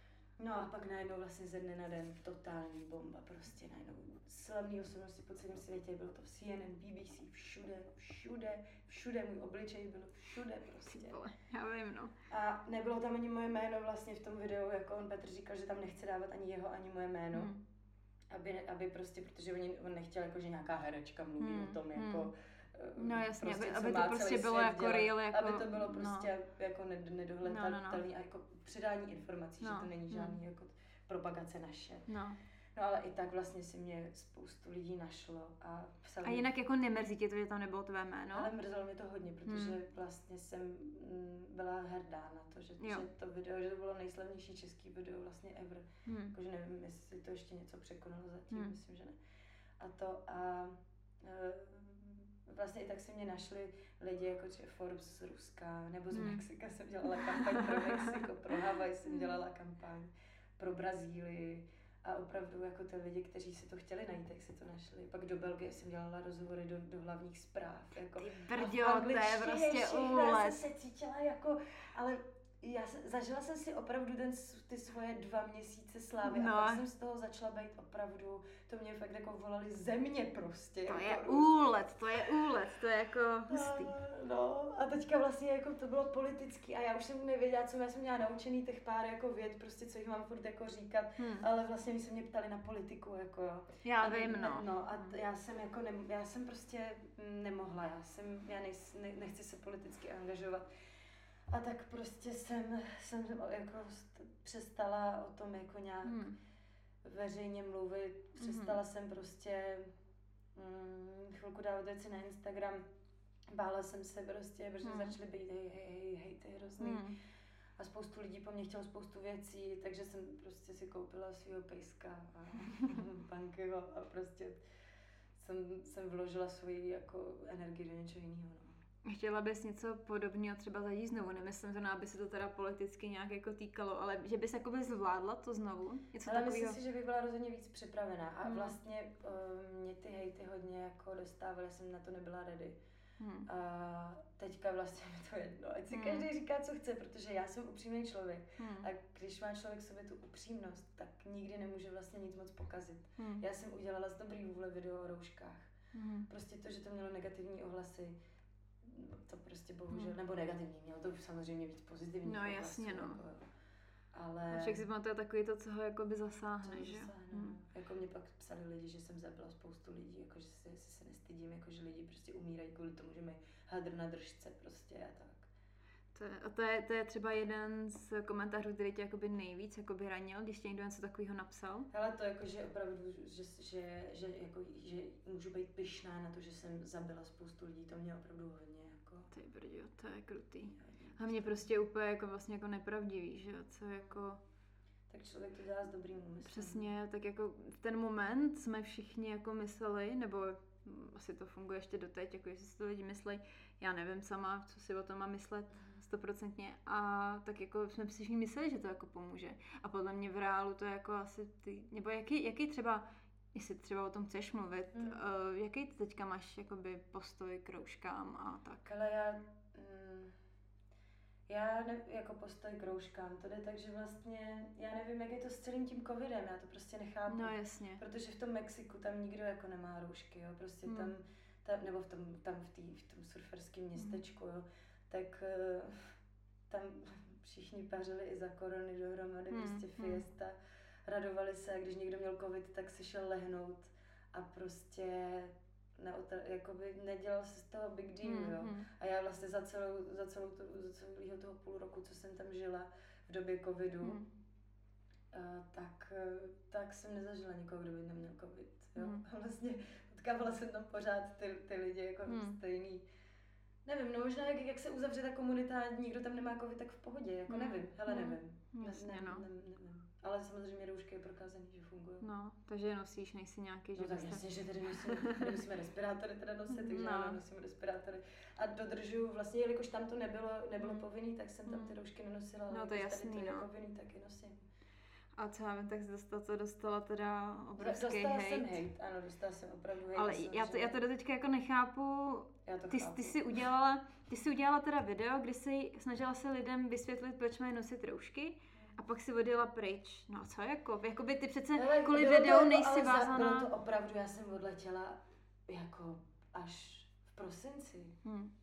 No a pak najednou vlastně ze dne na den totální bomba, prostě najednou slavný osobnosti po celém světě, bylo to v C N N, B B C, všude, všude, všude, můj obličej byl všude prostě. Já vím, no. A nebylo tam ani moje jméno vlastně v tom videu, jako on Petr říkal, že tam nechce dávat ani jeho, ani moje jméno. Mm. Aby, aby prostě, protože oni, on nechtěl jako, že nějaká herečka mluví hmm, o tom, jako... Hmm. No jasně, prostě, aby, aby to prostě bylo jako real, jako... Aby to bylo prostě no. jako nedohledatelný no, no, no. a jako předání informací, no, že to není žádný hmm. jako propagace naše. No. No ale i tak vlastně si mě spoustu lidí našlo a psali. A jinak jako nemrzí tě to, že tam nebylo tvé jméno? Ale mrzelo mě to hodně, protože hmm. vlastně jsem mm, byla hrdá na to, že, že to video, že to bylo nejslavnější český video vlastně ever. Hmm. Jakože nevím, jestli to ještě něco překonalo zatím, hmm. myslím, že ne. A to a e, vlastně i tak si mě našli lidi jako Forbes z Ruska, nebo z hmm. Mexika jsem dělala kampaň pro Mexiko, pro Havaj jsem dělala kampaň, pro Brazílii. A opravdu jako ty lidi, kteří si to chtěli najít, tak si to našli. Pak do Belgie jsem dělala rozhovory do, do hlavních zpráv. Jako, ty brďo, to je prostě úlet. Já jsem se cítila jako, ale já se, zažila jsem si opravdu ten, ty svoje dva měsíce slávy no. a pak jsem z toho začala být opravdu, to mě fakt jako volali země prostě. To jako je prostě. úlet, to je úlet, to je jako hustý. No a teďka vlastně jako to bylo politický a já už jsem nevěděla, co já jsem měla naučený těch pár jako věd, prostě co jich mám furt jako říkat, hmm. ale vlastně mi se mě ptali na politiku, jako jo. Já a vím, ne, no. No a t- já jsem jako, ne, já jsem prostě nemohla, já jsem, já nejs, ne, nechci se politicky angažovat. A tak prostě jsem, jsem jako přestala o tom jako nějak hmm. veřejně mluvit, přestala hmm. jsem prostě mm, chvilku dávat věci na Instagram, bála jsem se prostě, protože hmm. začaly být hej, hej, hej, hej, to je hrozný. Hmm. A spoustu lidí po mně chtělo spoustu věcí, takže jsem prostě si koupila svýho pejska a bankyho a prostě jsem, jsem vložila svoji jako energii do něčeho jiného. No. Chtěla bys něco podobného třeba zažít znovu, nemyslím to, aby se to teda politicky nějak jako týkalo, ale že bys jakoby zvládla to znovu? Něco ale takovýho? myslím si, že bych byla rozhodně víc připravená a hmm. vlastně uh, mě ty hejty hodně jako dostávaly, jsem na to nebyla ready. Hmm. A teďka vlastně mi to jedno, ať si hmm. každý říká, co chce, protože já jsem upřímný člověk hmm. a když má člověk v sobě tu upřímnost, tak nikdy nemůže vlastně nic moc pokazit. Hmm. Já jsem udělala z dobrý vůle video o rouškách. Hmm. Prostě to, že to mělo negativní ohlasy, to prostě bohužel, hmm. nebo negativní, mělo to samozřejmě víc pozitivní. No jasně, no. Jako, ale... A však si pamatuje takový to, co ho jakoby zasáhne, že jo? Hmm. Jako mě pak psali lidi, že jsem zabila spoustu lidí, jako že se, se nestydím, jako že lidi prostě umírají kvůli tomu, že mají hadr na držce prostě a tak. To je, a to je, to je třeba jeden z komentářů, který tě jakoby nejvíc jakoby ranil, když tě někdo něco takového napsal? Hele, to jako, že opravdu, že, že, že, jako, že můžu být pyšná na to, že jsem zabila spoustu lidí, to mě opravdu hodně jako... Ty brďo, to je krutý. A mě prostě úplně jako vlastně jako nepravdivý, že jo, co jako... Tak člověk to dělá s dobrým úmyslem. Přesně, tak jako v ten moment jsme všichni jako mysleli, nebo asi to funguje ještě doteď, jako jestli si to lidi myslí, já nevím sama, co si o tom mám myslet stoprocentně, a tak jako jsme si všichni mysleli, že to jako pomůže. A podle mě v reálu to je jako asi ty, nebo jaký, jaký třeba, jestli třeba o tom chceš mluvit, mm. uh, jaký ty teďka máš jakoby postoj k rouškám a tak? Ale já, mm, já ne, jako postoj k rouškám, to jde tak, že vlastně, já nevím, jak je to s celým tím covidem, já to prostě nechápu. No jasně. Protože v tom Mexiku tam nikdo jako nemá roušky, jo, prostě mm. tam, tam, nebo v tom, tam v, tý, v tom surferském městečku, jo, tak uh, tam všichni pařili i za korony dohromady, mm. prostě fiesta, radovali se, a když někdo měl covid, tak se šel lehnout a prostě neotra- jakoby nedělal se z toho big deal, mm, jo. Mm. A já vlastně za celou, za celou to, za celého toho půl roku, co jsem tam žila v době covidu, mm. uh, tak, tak jsem nezažila nikoho, kdo by neměl covid, jo. Mm. A vlastně potkávala jsem tam pořád ty, ty lidi jako mm. stejný. Nevím, no možná jak, jak se uzavře ta komunita, nikdo tam nemá covid, tak v pohodě, jako mm. nevím, hele mm. nevím. Jasně, ne, ne, no. ne, nevím. Ale samozřejmě roušky je prokázaný, že fungují. No, takže nosíš, nejsi nějaký, že... No tak jasně, že tady musíme, tady musíme respirátory teda nosit, takže no. ano, nosím respirátory. A dodržuju, vlastně, jelikož tam to nebylo, nebylo mm. povinný, tak jsem tam ty roušky nenosila, ale no, to je jasný, tady to no. je povinný, tak je nosím. A co já vím, tak dostala, to dostala teda obrovský hejt. Dostala jsem hejt, ano, dostala jsem opravdu hejt. Ale já to, já to do teďka jako nechápu. Já to ty, chápu. ty jsi udělala, ty jsi udělala teda video, kdy jsi snažila se lidem vysvětlit, proč mají nosit roušky, a pak si odjela pryč. No a co jako? Jakoby ty přece ale kvůli videu to, nejsi vázaná. Bylo to opravdu, já jsem odletěla jako až v prosinci. Hmm.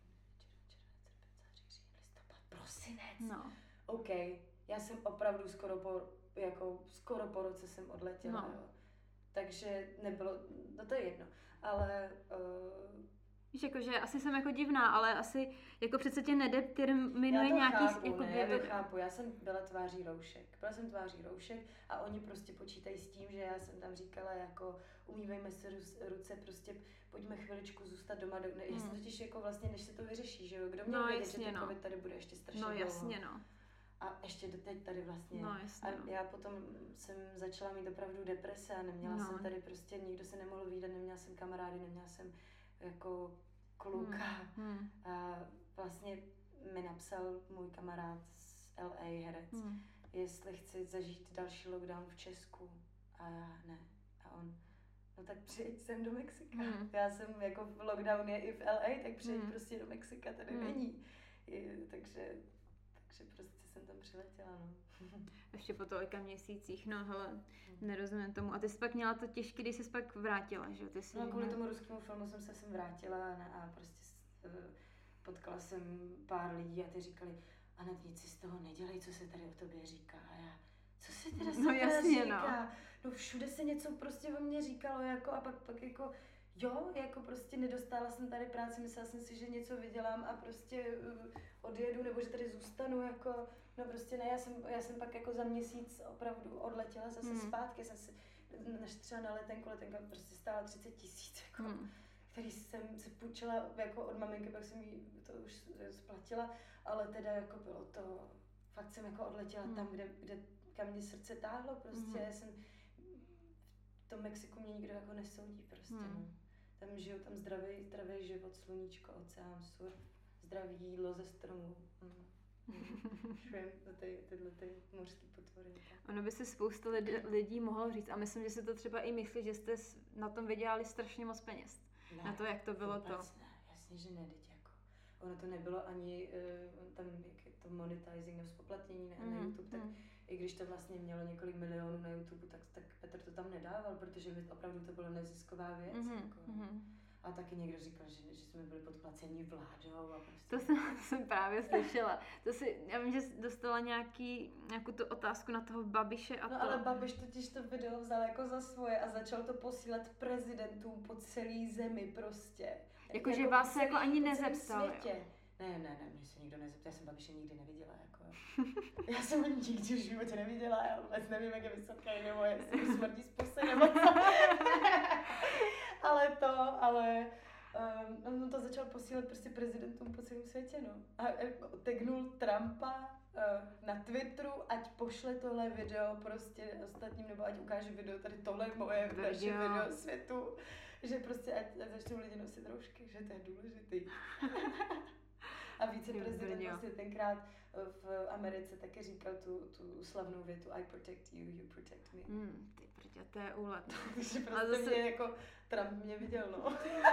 Prosinec. No. OK, já jsem opravdu skoro po, jako skoro po roce jsem odletěla, no. jo. Takže nebylo, no to je jedno, ale uh, Víš, jakože asi jsem jako divná, ale asi jako přece tě nedeterminuje já to nějaký chápu, jako ne, já to video. chápu, já jsem byla tváří roušek, byla jsem tváří roušek a oni prostě počítají s tím, že já jsem tam říkala jako umývejme se ruce, prostě pojďme chviličku zůstat doma, do, ne, já jsem totiž jako vlastně, než se to vyřeší, že jo, kdo měl No, vědět, jasně, že ten no. covid tady bude ještě strašně No dlouho. jasně, no. A ještě doteď tady vlastně. No, jasně, a no. já potom jsem začala mít opravdu deprese a neměla No. jsem tady prostě, nikdo se nemohl vídat, neměla jsem kamarády, neměla jsem jako kluka. Hmm. Hmm. A vlastně mi napsal můj kamarád z L A herec, Hmm. jestli chci zažít další lockdown v Česku. A já ne. A on, no tak přijeď sem do Mexika. Hmm. Já jsem jako v lockdown je i v L A, tak přijeď Hmm. prostě do Mexika, tady Hmm. není. Je, takže, takže prostě jsem tam přiletěla, no. Ještě po tolika měsících, no hele, nerozumím tomu. A ty jsi pak měla to těžké, když jsi pak vrátila, že? Ty jsi No kvůli tomu ruskému filmu jsem se sem vrátila a, a prostě uh, potkala jsem pár lidí a ty říkali, Anet, nic si z toho nedělej, co se tady o tobě říká. A já, co se teda No jasně, říká? no. No všude se něco prostě o mě říkalo, jako a pak, pak jako, jo, jako prostě nedostala jsem tady práci, myslela jsem si, že něco vydělám a prostě uh, odjedu, nebo že tady zůstanu, jako, no prostě ne, já jsem, já jsem pak jako za měsíc opravdu odletěla zase Hmm. zpátky, jsem si naštřela na letenku, letenka prostě stála třicet tisíc, jako, Hmm. který jsem si půjčila jako od maminky, pak jsem jí to už splatila, ale teda jako bylo to, fakt jsem jako odletěla Hmm. tam, kde, kde, kam mě srdce táhlo, prostě, Hmm. já jsem, v tom Mexiku mě nikdo jako nesoudí prostě, Hmm. no. Tam žiju, tam zdravý, zdravý život, sluníčko, oceán, surf, zdravý jídlo ze stromů. Mm. Mm. Shrimp, ty, tyhle ty mořský potvory. Tak. Ono by si spousta lidi, lidí mohlo říct a myslím, že si to třeba i myslí, že jste na tom vydělali strašně moc peněz. Ne, Na to, jak to bylo to. vůbec ne, jasně, že ne, teď jako. Ono to nebylo ani uh, tam, jak je to monetizing nebo spoplatnění na, Mm, na YouTube, tak mm. i když to vlastně mělo několik milionů na YouTube, tak, tak Petr to tam nedával, protože by opravdu to byla nezisková věc. Mhm, Jako. mhm. A taky někdo říkal, že, že jsme byli podplacení vládou a prostě... To jsem, to jsem právě slyšela. To si, já vím, že jsi dostala nějaký, nějakou tu otázku na toho Babiše a No to. ale Babiš totiž to video vzal jako za svoje a začal to posílat prezidentům po celý zemi prostě. Jako, že vás se po jako ani po celém nezeptal, jo? světě. Ne, ne, ne, mě se nikdo nezeptal, já jsem Babiše nikdy neviděla, jako. Já jsem ho nikdy v životě neviděla, já vůbec nevím, jak je vysoký, nebo jestli mi smrdí z pusy, nebo co. Ale to, ale... Um, on to začal posílat prostě prezidentům po celém světě, no. A uh, tagnul Trumpa uh, na Twitteru, ať pošle tohle video prostě ostatním, nebo ať ukáže video, tady tohle je moje naše video světu, že prostě ať, ať začnou lidi nosit roušky, že to je důležitý. A viceprezident vlastně tenkrát v Americe taky říkal tu, tu slavnou větu I protect you, you protect me. Hmm, ty prdě, to je úlet. Takže prostě zase... mě jako Trump mě viděl, no.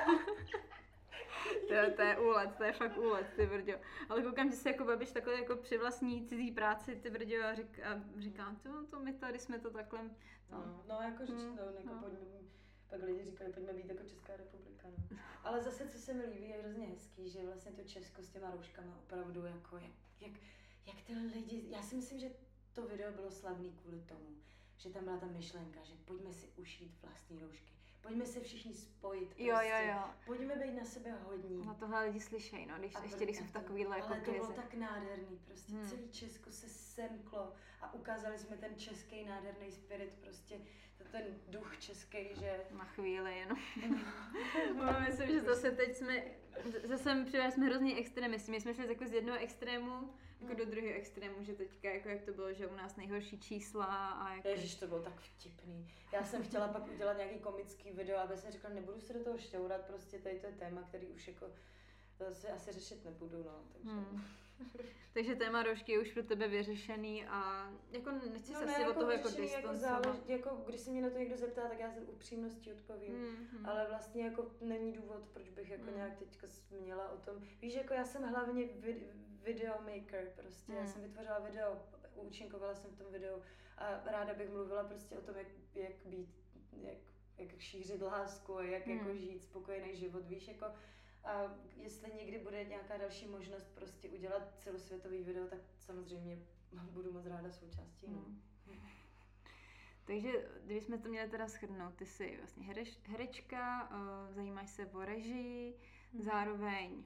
to, je, to je úlet, to je fakt úlet, ty brďo. Ale koukám, že se jako Babiš takhle jako přivlastní cizí práci, ty brďo, a, řík, a říkám, to, to my tady jsme to takhle... To... No, no jako, že hmm, no, jako no. pojďme, pak lidi říkali, pojďme být jako Česká republika, no. Ale zase, co se mi líbí, je hrozně hezký, že vlastně to Česko s těma rouškama opravdu jako, jak, jak, jak ty lidi, já si myslím, že to video bylo slavný kvůli tomu, že tam byla ta myšlenka, že pojďme si ušít vlastní roušky. Pojďme se všichni spojit, prostě. Jo, jo, jo. Pojďme být na sebe hodní. Na tohle lidi slyšejí, no, když a ještě když jsou v takovýhle jako ale to bylo krizi. tak nádherný, prostě Hmm. celý Česko se semklo a ukázali jsme ten český nádherný spirit, prostě ten duch český, že... Na chvíli jenom. No, myslím, že zase teď jsme, zase přivali jsme hrozně extremisti. My jsme šli jako z jednoho extrému jako do druhého extrému, že teďka, jako jak to bylo, že u nás nejhorší čísla a jako... Ježiš, to bylo tak vtipný. Já jsem chtěla pak udělat nějaký komický video, aby jsem říkala, nebudu se do toho šťourat, prostě tady to je téma, který už jako zase asi řešit nebudu, no, takže... Hmm. Takže téma roušky je už pro tebe vyřešený a jako nechci no se ne, asi jako od toho jako jako, distancovat. zálež, jako když se mě na to někdo zeptá, tak já s upřímností odpovím. Hmm, hmm. Ale vlastně jako není důvod, proč bych jako Hmm. nějak teďka měla o tom. Víš, jako já jsem hlavně vid, videomaker prostě. Hmm. Já jsem vytvořila video, účinkovala jsem v tom videu a ráda bych mluvila prostě o tom, jak, jak být, jak, jak šířit lásku a jak Hmm. jako žít spokojený život, víš, jako a jestli někdy bude nějaká další možnost prostě udělat celosvětový video, tak samozřejmě budu moc ráda součástí. No. Hmm. Takže kdybychom to měli teda shrnout, ty jsi vlastně hereš, herečka, uh, zajímáš se o režii, zároveň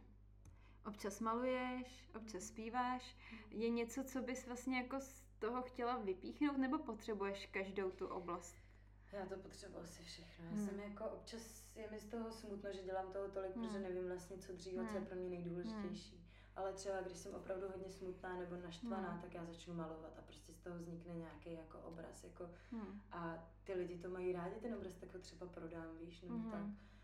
občas maluješ, občas zpíváš. Je něco, co bys vlastně jako z toho chtěla vypíchnout, nebo potřebuješ každou tu oblast? Já to potřebuji asi všechno. Já hmm. jsem jako občas, je mi z toho smutno, že dělám toho tolik, hmm. protože nevím vlastně, co dřív, hmm. co je pro mě nejdůležitější. Hmm. Ale třeba, když jsem opravdu hodně smutná nebo naštvaná, hmm. tak já začnu malovat a prostě z toho vznikne nějaký jako obraz. Jako, hmm. A ty lidi to mají rádi, ten obraz, tak ho třeba prodám, víš, nebo hmm. tak.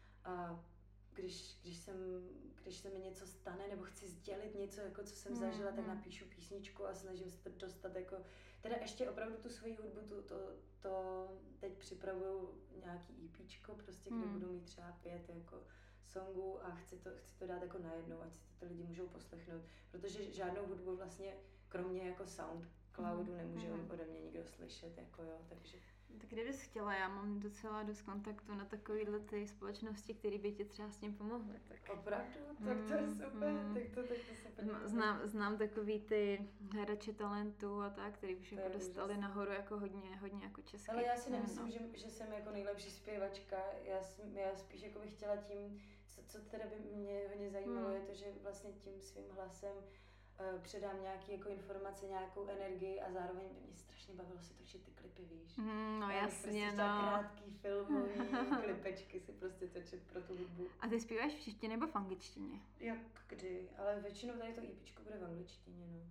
A když, když, jsem, když se mi něco stane, nebo chci sdělit něco, jako co jsem hmm. zažila, tak napíšu písničku a snažím se to dostat jako... Teda ještě opravdu tu svoji hudbu, tu, to, to teď připravuju nějaký EPčko, prostě, kde hmm. budu mít třeba pět jako songů a chci to, chci to dát jako najednou, ať si to ty lidi můžou poslechnout, protože žádnou hudbu vlastně, kromě jako SoundCloudu, hmm. nemůže hmm. ode mě nikdo slyšet, jako jo, takže... Tak kdybys chtěla, já mám docela dost kontaktu na takovýhle ty společnosti, které by ti třeba s tím pomohly. Tak... Opravdu? Tak to je super, mm, tak to, tak to super. Znám, znám takový ty hledače talentu a tak, který už jako dostali úžasný. Nahoru jako hodně, hodně jako český. Ale já si nemyslím, no. že, že jsem jako nejlepší zpěvačka, já, já spíš jako bych chtěla tím, co, co teda by mě hodně zajímalo, mm. je to, že vlastně tím svým hlasem Uh, předám nějaký jako informace, nějakou energii a zároveň by mě strašně bavilo si točit ty klipy, víš. Mm, no já jasně, prostě no. krátký filmový klipečky si prostě točit pro tu hudbu. A ty zpíváš v češtině nebo v angličtině? Jak kdy, ale většinou tady to EPčko bude v angličtině, no.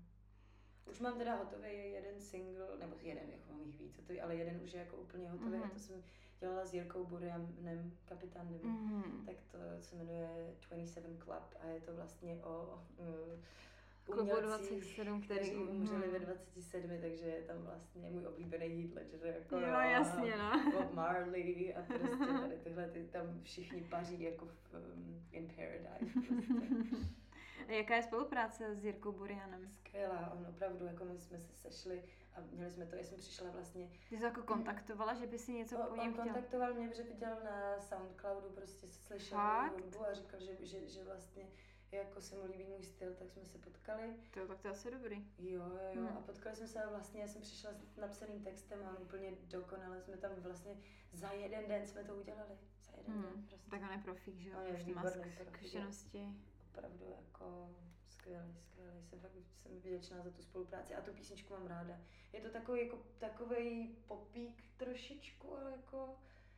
Už mám teda hotový jeden single, nebo jeden, jako mám jich víc, ale jeden už je jako úplně hotový mm-hmm. a to jsem dělala s Jirkou Burianem, kapitánem, mm-hmm. tak to se jmenuje dvacet sedm Club a je to vlastně o... Uh, Klubu dvacet sedm, který, kteří umřeli ve dvaceti sedmi, takže je tam vlastně můj oblíbený Heath Ledger, jako jo, jasně, no. Bob Marley a prostě tady tyhle, ty tam všichni paří jako v um, In Paradise prostě. A jaká je spolupráce s Jirkou Burianem? Skvělá, on opravdu, jako my jsme se sešli a měli jsme to, já jsem přišla vlastně... Ty jsi jako kontaktovala, že by si něco po něm chtěla? On kontaktoval mě, protože viděl na SoundCloudu, prostě slyšel mou hudbu a říkal, že, že, že vlastně jako se mu líbí můj styl, tak jsme se potkali. To tak to asi dobrý. Jo, jo, jo. Hmm. A potkali jsme se a vlastně já jsem přišla s napsaným textem a on úplně dokonale jsme tam vlastně za jeden den jsme to udělali. Za jeden hmm. den prostě. Tak on je profík, že jo? On je výborný zkušenosti. Opravdu jako skvělý, skvělý. Jsem fakt jsem vděčná za tu spolupráci a tu písničku mám ráda. Je to takový jako takovej popík trošičku, ale jako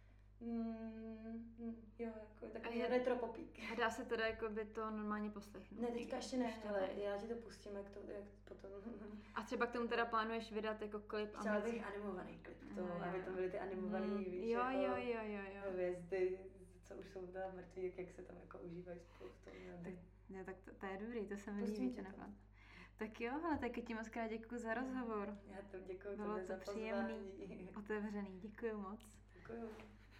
Mm, jo, jako takový je, retro popík. A dá se teda jako by to normálně poslechnout? Ne, teďka ještě ne, ale já ti to pustím, jak to, jak potom. A třeba k tomu teda plánuješ vydat jako klip? Chtěla bych animovaný klip k tomu, aby to byly ty animovaný, mm. víš, jo, jako jo, jo, jo, jo. hvězdy, co už jsou teda mrtví, jak, jak se tam jako užívají spolu v tom. Tak, ne, tak to, to je dobrý, to se mi líbí, ten nápad. Tak jo, ale taky ti moc krát děkuji za rozhovor. Já to děkuji Bylo to za příjemný, otevřený, děkuji moc. Děkuji.